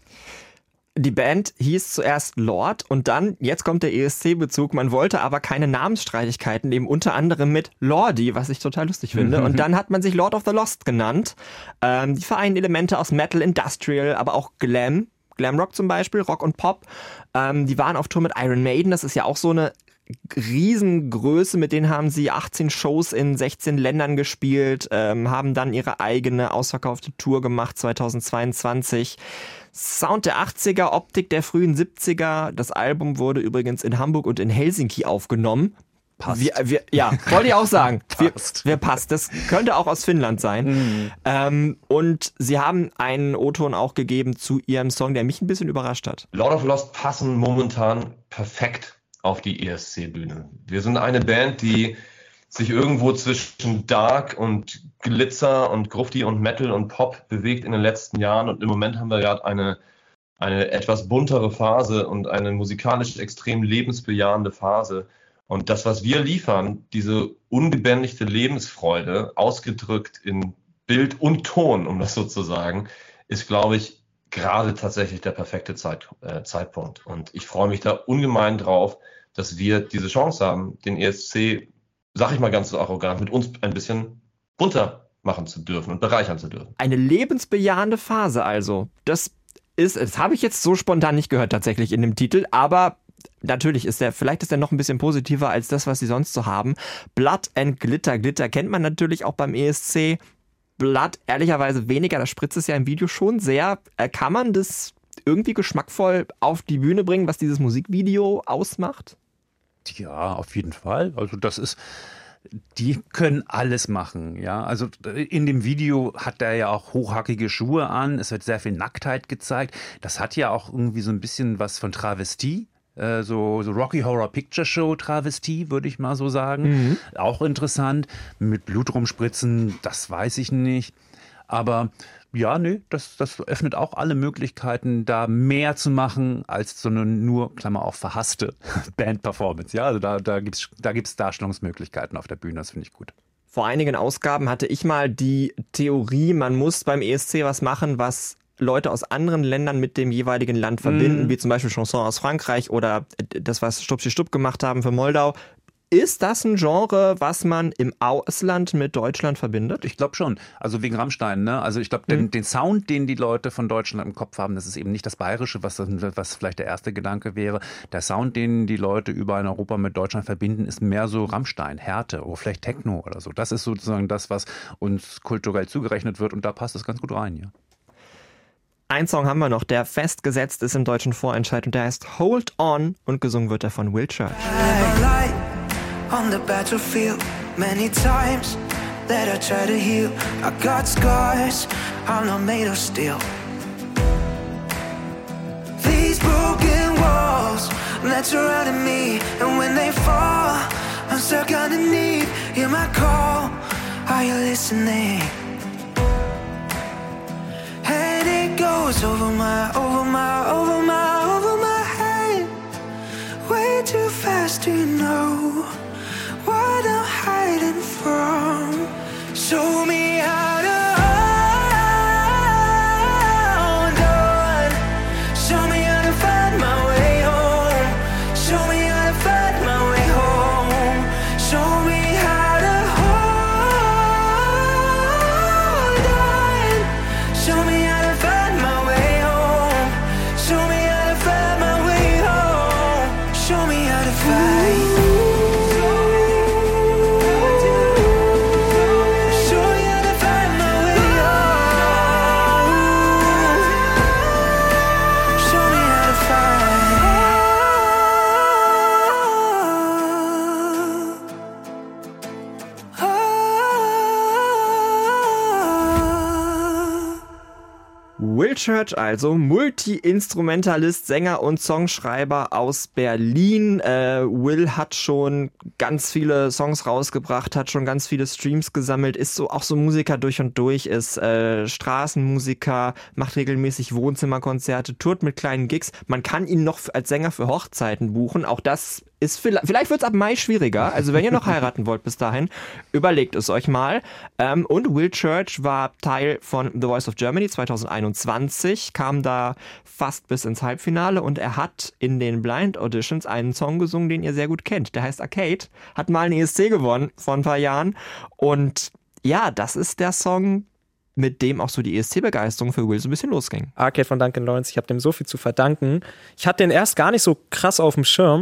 Die Band hieß zuerst Lord und dann, jetzt kommt der ESC-Bezug, man wollte aber keine Namensstreitigkeiten nehmen, unter anderem mit Lordi, was ich total lustig finde. Und dann hat man sich Lord of the Lost genannt. Die vereinen Elemente aus Metal, Industrial, aber auch Glamrock zum Beispiel, Rock und Pop. Die waren auf Tour mit Iron Maiden, das ist ja auch so eine Riesengröße, mit denen haben sie 18 Shows in 16 Ländern gespielt, haben dann ihre eigene ausverkaufte Tour gemacht 2022. Sound der 80er, Optik der frühen 70er. Das Album wurde übrigens in Hamburg und in Helsinki aufgenommen. Passt. Ja, wollte ich auch sagen. Wer passt. Das könnte auch aus Finnland sein. Und sie haben einen O-Ton auch gegeben zu ihrem Song, der mich ein bisschen überrascht hat. Lord of Lost passen momentan perfekt auf die ESC-Bühne. Wir sind eine Band, die sich irgendwo zwischen Dark und Glitzer und Grufti und Metal und Pop bewegt in den letzten Jahren. Und im Moment haben wir gerade eine etwas buntere Phase und eine musikalisch extrem lebensbejahende Phase. Und das, was wir liefern, diese ungebändigte Lebensfreude, ausgedrückt in Bild und Ton, um das so zu sagen, ist, glaube ich, gerade tatsächlich der perfekte Zeitpunkt. Und ich freue mich da ungemein drauf, dass wir diese Chance haben, den ESC, sag ich mal ganz so arrogant, mit uns ein bisschen bunter machen zu dürfen und bereichern zu dürfen. Eine lebensbejahende Phase also. Das habe ich jetzt so spontan nicht gehört tatsächlich in dem Titel, aber natürlich vielleicht ist der noch ein bisschen positiver als das, was sie sonst so haben. Blood and Glitter. Glitter kennt man natürlich auch beim ESC. Blood ehrlicherweise weniger, da spritzt es ja im Video schon sehr. Kann man das irgendwie geschmackvoll auf die Bühne bringen, was dieses Musikvideo ausmacht? Ja, auf jeden Fall. Also die können alles machen, ja. Also in dem Video hat er ja auch hochhackige Schuhe an, es wird sehr viel Nacktheit gezeigt. Das hat ja auch irgendwie so ein bisschen was von Travestie. So Rocky Horror Picture Show Travestie, würde ich mal so sagen. Auch interessant. Mit Blut rumspritzen, das weiß ich nicht. Aber ja, das öffnet auch alle Möglichkeiten, da mehr zu machen als so eine nur, Klammer auf, verhasste Band-Performance. Ja, also da gibt's Darstellungsmöglichkeiten auf der Bühne, das finde ich gut. Vor einigen Ausgaben hatte ich mal die Theorie, man muss beim ESC was machen, was Leute aus anderen Ländern mit dem jeweiligen Land verbinden, wie zum Beispiel Chanson aus Frankreich oder das, was Stupsi Stupp gemacht haben für Moldau. Ist das ein Genre, was man im Ausland mit Deutschland verbindet? Ich glaube schon. Also wegen Rammstein, ne? Also ich glaube, den Sound, den die Leute von Deutschland im Kopf haben, das ist eben nicht das Bayerische, was vielleicht der erste Gedanke wäre. Der Sound, den die Leute überall in Europa mit Deutschland verbinden, ist mehr so Rammstein, Härte oder vielleicht Techno oder so. Das ist sozusagen das, was uns kulturell zugerechnet wird und da passt es ganz gut rein, ja. Ein Song haben wir noch, der festgesetzt ist im deutschen Vorentscheid und der heißt Hold On und gesungen wird er von Will Church. On the battlefield, many times that I try to heal. I got scars, I'm not made of steel. These broken walls that surrounded me, and when they fall, I'm stuck underneath. Hear my call, are you listening? And it goes over my head, way too fast to know what I'm hiding from. Show me how to hold on. Show me how to find my way home. Show me how to find my way home. Show me how to hold on. Show me how to find my way home. Show me Church also, Multi-Instrumentalist, Sänger und Songschreiber aus Berlin. Will hat schon ganz viele Songs rausgebracht, hat schon ganz viele Streams gesammelt, ist so auch so Musiker durch und durch, ist Straßenmusiker, macht regelmäßig Wohnzimmerkonzerte, tourt mit kleinen Gigs. Man kann ihn noch als Sänger für Hochzeiten buchen. Auch das ist vielleicht wird es ab Mai schwieriger. Also wenn ihr noch heiraten wollt bis dahin, überlegt es euch mal. Und Will Church war Teil von The Voice of Germany 2021, kam da fast bis ins Halbfinale und er hat in den Blind Auditions einen Song gesungen, den ihr sehr gut kennt. Der heißt Arcade, hat mal einen ESC gewonnen vor ein paar Jahren. Und ja, das ist der Song, mit dem auch so die ESC-Begeisterung für Will so ein bisschen losging. Arcade von Duncan Lawrence, ich habe dem so viel zu verdanken. Ich hatte den erst gar nicht so krass auf dem Schirm.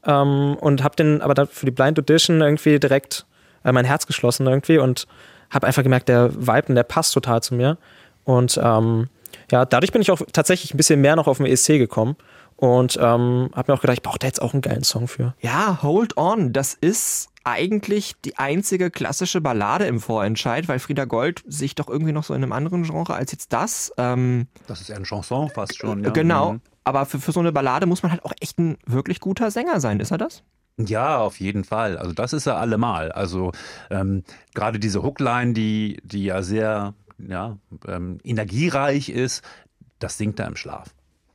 Und habe den aber dann für die Blind Audition irgendwie direkt mein Herz geschlossen irgendwie und habe einfach gemerkt, der Vibe, der passt total zu mir. Und dadurch bin ich auch tatsächlich ein bisschen mehr noch auf den ESC gekommen und habe mir auch gedacht, ich brauche da jetzt auch einen geilen Song für. Ja, Hold On, das ist eigentlich die einzige klassische Ballade im Vorentscheid, weil Frieda Gold sich doch irgendwie noch so in einem anderen Genre als jetzt das. Das ist ja eine Chanson fast schon. Ja. Genau. Aber für so eine Ballade muss man halt auch echt ein wirklich guter Sänger sein. Ist er das? Ja, auf jeden Fall. Also das ist er allemal. Also gerade diese Hookline, die ja sehr energiereich ist, das singt er im Schlaf.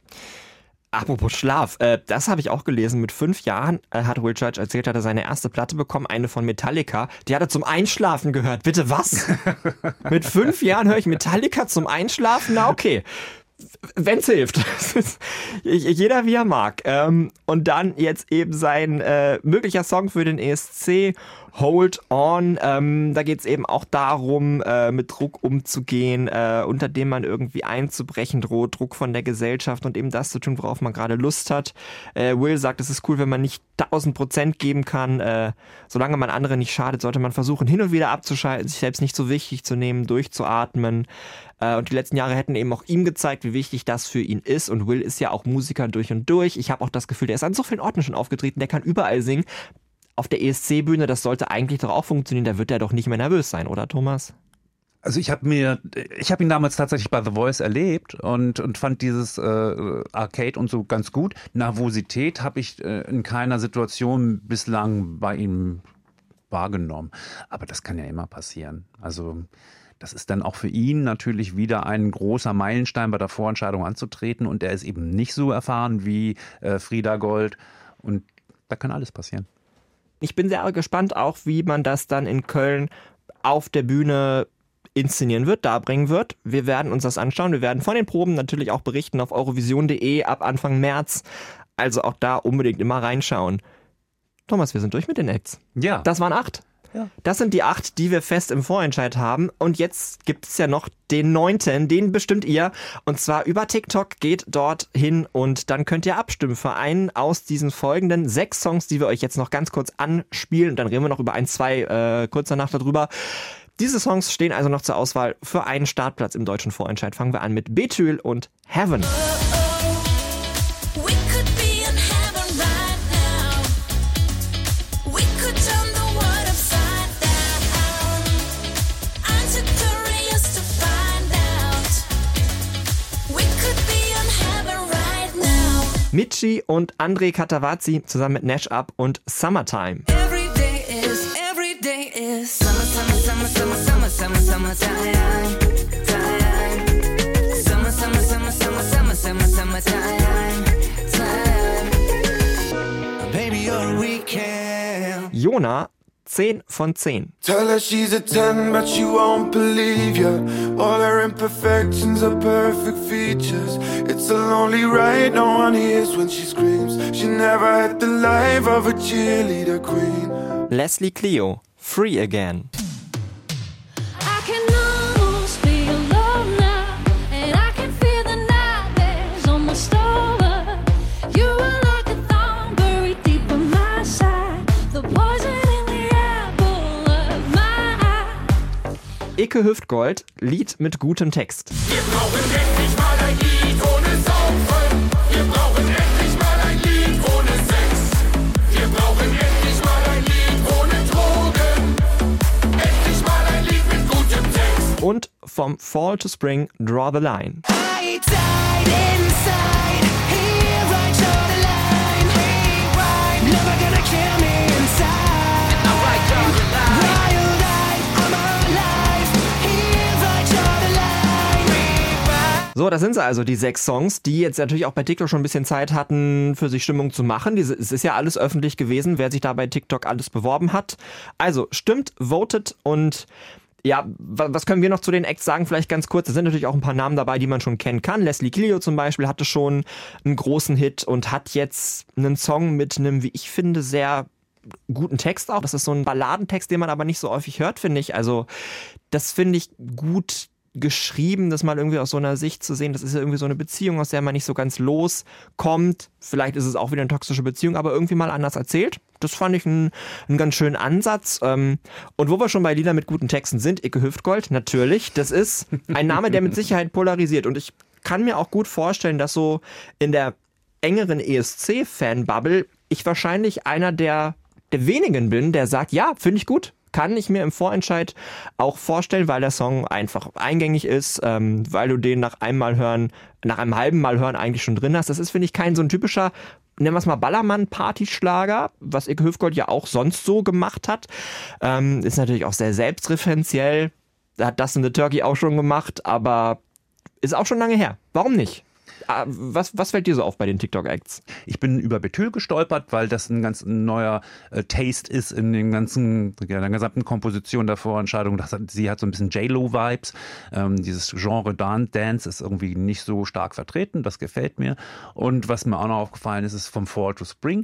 Apropos Schlaf, das habe ich auch gelesen. Mit 5 Jahren hat Will Church erzählt, hat er seine erste Platte bekommen, eine von Metallica. Die hat er zum Einschlafen gehört. Bitte was? Mit 5 Jahren höre ich Metallica zum Einschlafen? Na okay. Wenn's hilft. Jeder wie er mag. Und dann jetzt eben sein möglicher Song für den ESC, Hold On. Da geht's eben auch darum, mit Druck umzugehen, unter dem man irgendwie einzubrechen droht, Druck von der Gesellschaft und eben das zu tun, worauf man gerade Lust hat. Will sagt, es ist cool, wenn man nicht 1000% geben kann. Solange man anderen nicht schadet, sollte man versuchen, hin und wieder abzuschalten, sich selbst nicht so wichtig zu nehmen, durchzuatmen. Und die letzten Jahre hätten eben auch ihm gezeigt, wie wichtig das für ihn ist. Und Will ist ja auch Musiker durch und durch. Ich habe auch das Gefühl, der ist an so vielen Orten schon aufgetreten, der kann überall singen. Auf der ESC-Bühne, das sollte eigentlich doch auch funktionieren, da wird er doch nicht mehr nervös sein, oder Thomas? Also ich habe ihn damals tatsächlich bei The Voice erlebt und fand dieses Arcade und so ganz gut. Nervosität habe ich in keiner Situation bislang bei ihm wahrgenommen. Aber das kann ja immer passieren. Also das ist dann auch für ihn natürlich wieder ein großer Meilenstein bei der Vorentscheidung anzutreten und er ist eben nicht so erfahren wie Frieda Gold und da kann alles passieren. Ich bin sehr gespannt auch, wie man das dann in Köln auf der Bühne inszenieren wird, darbringen wird. Wir werden uns das anschauen. Wir werden von den Proben natürlich auch berichten auf eurovision.de ab Anfang März. Also auch da unbedingt immer reinschauen. Thomas, wir sind durch mit den Acts. Ja. Das waren 8. Ja. Das sind die 8, die wir fest im Vorentscheid haben. Und jetzt gibt es ja noch den 9., den bestimmt ihr. Und zwar über TikTok, geht dort hin und dann könnt ihr abstimmen für einen aus diesen folgenden 6 Songs, die wir euch jetzt noch ganz kurz anspielen. Und dann reden wir noch über 1, 2 kurz danach darüber. Diese Songs stehen also noch zur Auswahl für einen Startplatz im deutschen Vorentscheid. Fangen wir an mit Betül und Heaven. Michi und André Katawazzi zusammen mit Nash Up und Summertime. Every day is summer, summer, summer, summer, summer, summer, summertime. Summer, summer, summer, summer, summer, summer, summertime. Baby, you're a weekend. Jona, 10 von 10. Tell her she's a 10, but she won't believe you. All her imperfections are perfect features. It's a lonely ride, no one hears when she screams. She never had the life of a cheerleader queen. Leslie Clio, Free Again. Icke Hüftgold, Lied mit gutem Text. Wir brauchen endlich mal ein Lied ohne Saufen. Wir brauchen endlich mal ein Lied ohne Sex. Wir brauchen endlich mal ein Lied ohne Drogen. Endlich mal ein Lied mit gutem Text. Und vom Fall to Spring, Draw the Line. I died inside. Here I draw the line. Never gonna kill me inside. Wild-eyed, I'm alive. Here I draw the line. So, das sind sie also, die 6 Songs, die jetzt natürlich auch bei TikTok schon ein bisschen Zeit hatten, für sich Stimmung zu machen. Es ist ja alles öffentlich gewesen, wer sich da bei TikTok alles beworben hat. Also stimmt, votet und ja, was können wir noch zu den Acts sagen? Vielleicht ganz kurz. Es sind natürlich auch ein paar Namen dabei, die man schon kennen kann. Leslie Clio zum Beispiel hatte schon einen großen Hit und hat jetzt einen Song mit einem, wie ich finde, sehr guten Text auch. Das ist so ein Balladentext, den man aber nicht so häufig hört, finde ich. Also das finde ich gut geschrieben, das mal irgendwie aus so einer Sicht zu sehen. Das ist ja irgendwie so eine Beziehung, aus der man nicht so ganz loskommt. Vielleicht ist es auch wieder eine toxische Beziehung, aber irgendwie mal anders erzählt. Das fand ich einen ganz schönen Ansatz. Und wo wir schon bei Lieder mit guten Texten sind, Icke Hüftgold, natürlich. Das ist ein Name, der mit Sicherheit polarisiert. Und ich kann mir auch gut vorstellen, dass so in der engeren ESC-Fan-Bubble ich wahrscheinlich einer der wenigen bin, der sagt, ja, finde ich gut. Kann ich mir im Vorentscheid auch vorstellen, weil der Song einfach eingängig ist, weil du den nach einem halben Mal hören eigentlich schon drin hast. Das ist, finde ich, kein so ein typischer, nennen wir es mal Ballermann-Partyschlager, was Icke Hüftgold ja auch sonst so gemacht hat. Ist natürlich auch sehr selbstreferenziell. Hat Dustin the Turkey auch schon gemacht, aber ist auch schon lange her. Warum nicht? Was fällt dir so auf bei den TikTok-Acts? Ich bin über Bethül gestolpert, weil das ein ganz neuer Taste ist in der gesamten Komposition der Vorentscheidung. Sie hat so ein bisschen J-Lo-Vibes. Dieses Genre Dance ist irgendwie nicht so stark vertreten. Das gefällt mir. Und was mir auch noch aufgefallen ist, ist vom Fall to Spring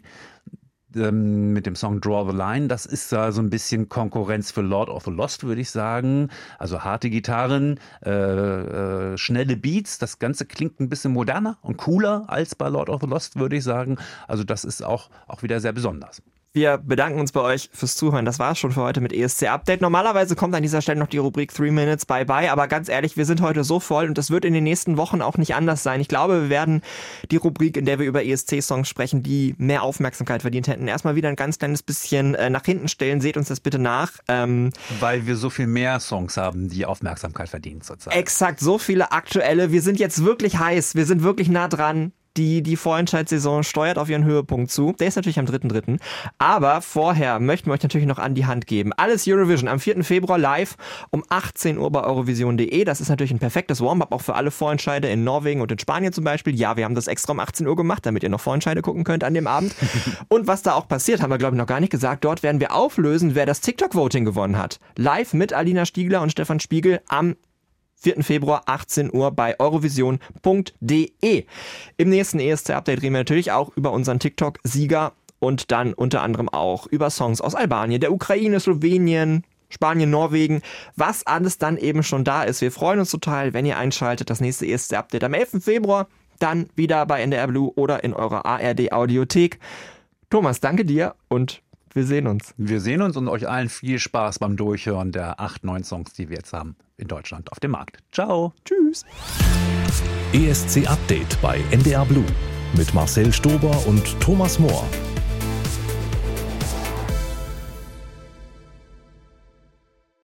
mit dem Song Draw the Line. Das ist da so ein bisschen Konkurrenz für Lord of the Lost, würde ich sagen. Also harte Gitarren, schnelle Beats. Das Ganze klingt ein bisschen moderner und cooler als bei Lord of the Lost, würde ich sagen. Also das ist auch wieder sehr besonders. Wir bedanken uns bei euch fürs Zuhören. Das war's schon für heute mit ESC Update. Normalerweise kommt an dieser Stelle noch die Rubrik 3 Minutes Bye Bye, aber ganz ehrlich, wir sind heute so voll und das wird in den nächsten Wochen auch nicht anders sein. Ich glaube, wir werden die Rubrik, in der wir über ESC-Songs sprechen, die mehr Aufmerksamkeit verdient hätten, erstmal wieder ein ganz kleines bisschen nach hinten stellen. Seht uns das bitte nach. Weil wir so viel mehr Songs haben, die Aufmerksamkeit verdienen zurzeit. Exakt, so viele aktuelle. Wir sind jetzt wirklich heiß, wir sind wirklich nah dran. Die Vorentscheidssaison steuert auf ihren Höhepunkt zu. Der ist natürlich am 3.3. Aber vorher möchten wir euch natürlich noch an die Hand geben. Alles Eurovision am 4. Februar live um 18 Uhr bei Eurovision.de. Das ist natürlich ein perfektes Warm-up auch für alle Vorentscheide in Norwegen und in Spanien zum Beispiel. Ja, wir haben das extra um 18 Uhr gemacht, damit ihr noch Vorentscheide gucken könnt an dem Abend. Und was da auch passiert, haben wir glaube ich noch gar nicht gesagt. Dort werden wir auflösen, wer das TikTok-Voting gewonnen hat. Live mit Alina Stiegler und Stefan Spiegel am 4. Februar, 18 Uhr bei eurovision.de. Im nächsten ESC-Update reden wir natürlich auch über unseren TikTok-Sieger und dann unter anderem auch über Songs aus Albanien, der Ukraine, Slowenien, Spanien, Norwegen, was alles dann eben schon da ist. Wir freuen uns total, wenn ihr einschaltet. Das nächste ESC-Update am 11. Februar, dann wieder bei NDR Blue oder in eurer ARD-Audiothek. Thomas, danke dir und wir sehen uns. Wir sehen uns und euch allen viel Spaß beim Durchhören der 8, 9 Songs, die wir jetzt haben in Deutschland auf dem Markt. Ciao. Tschüss. ESC Update bei NDR Blue mit Marcel Stober und Thomas Mohr.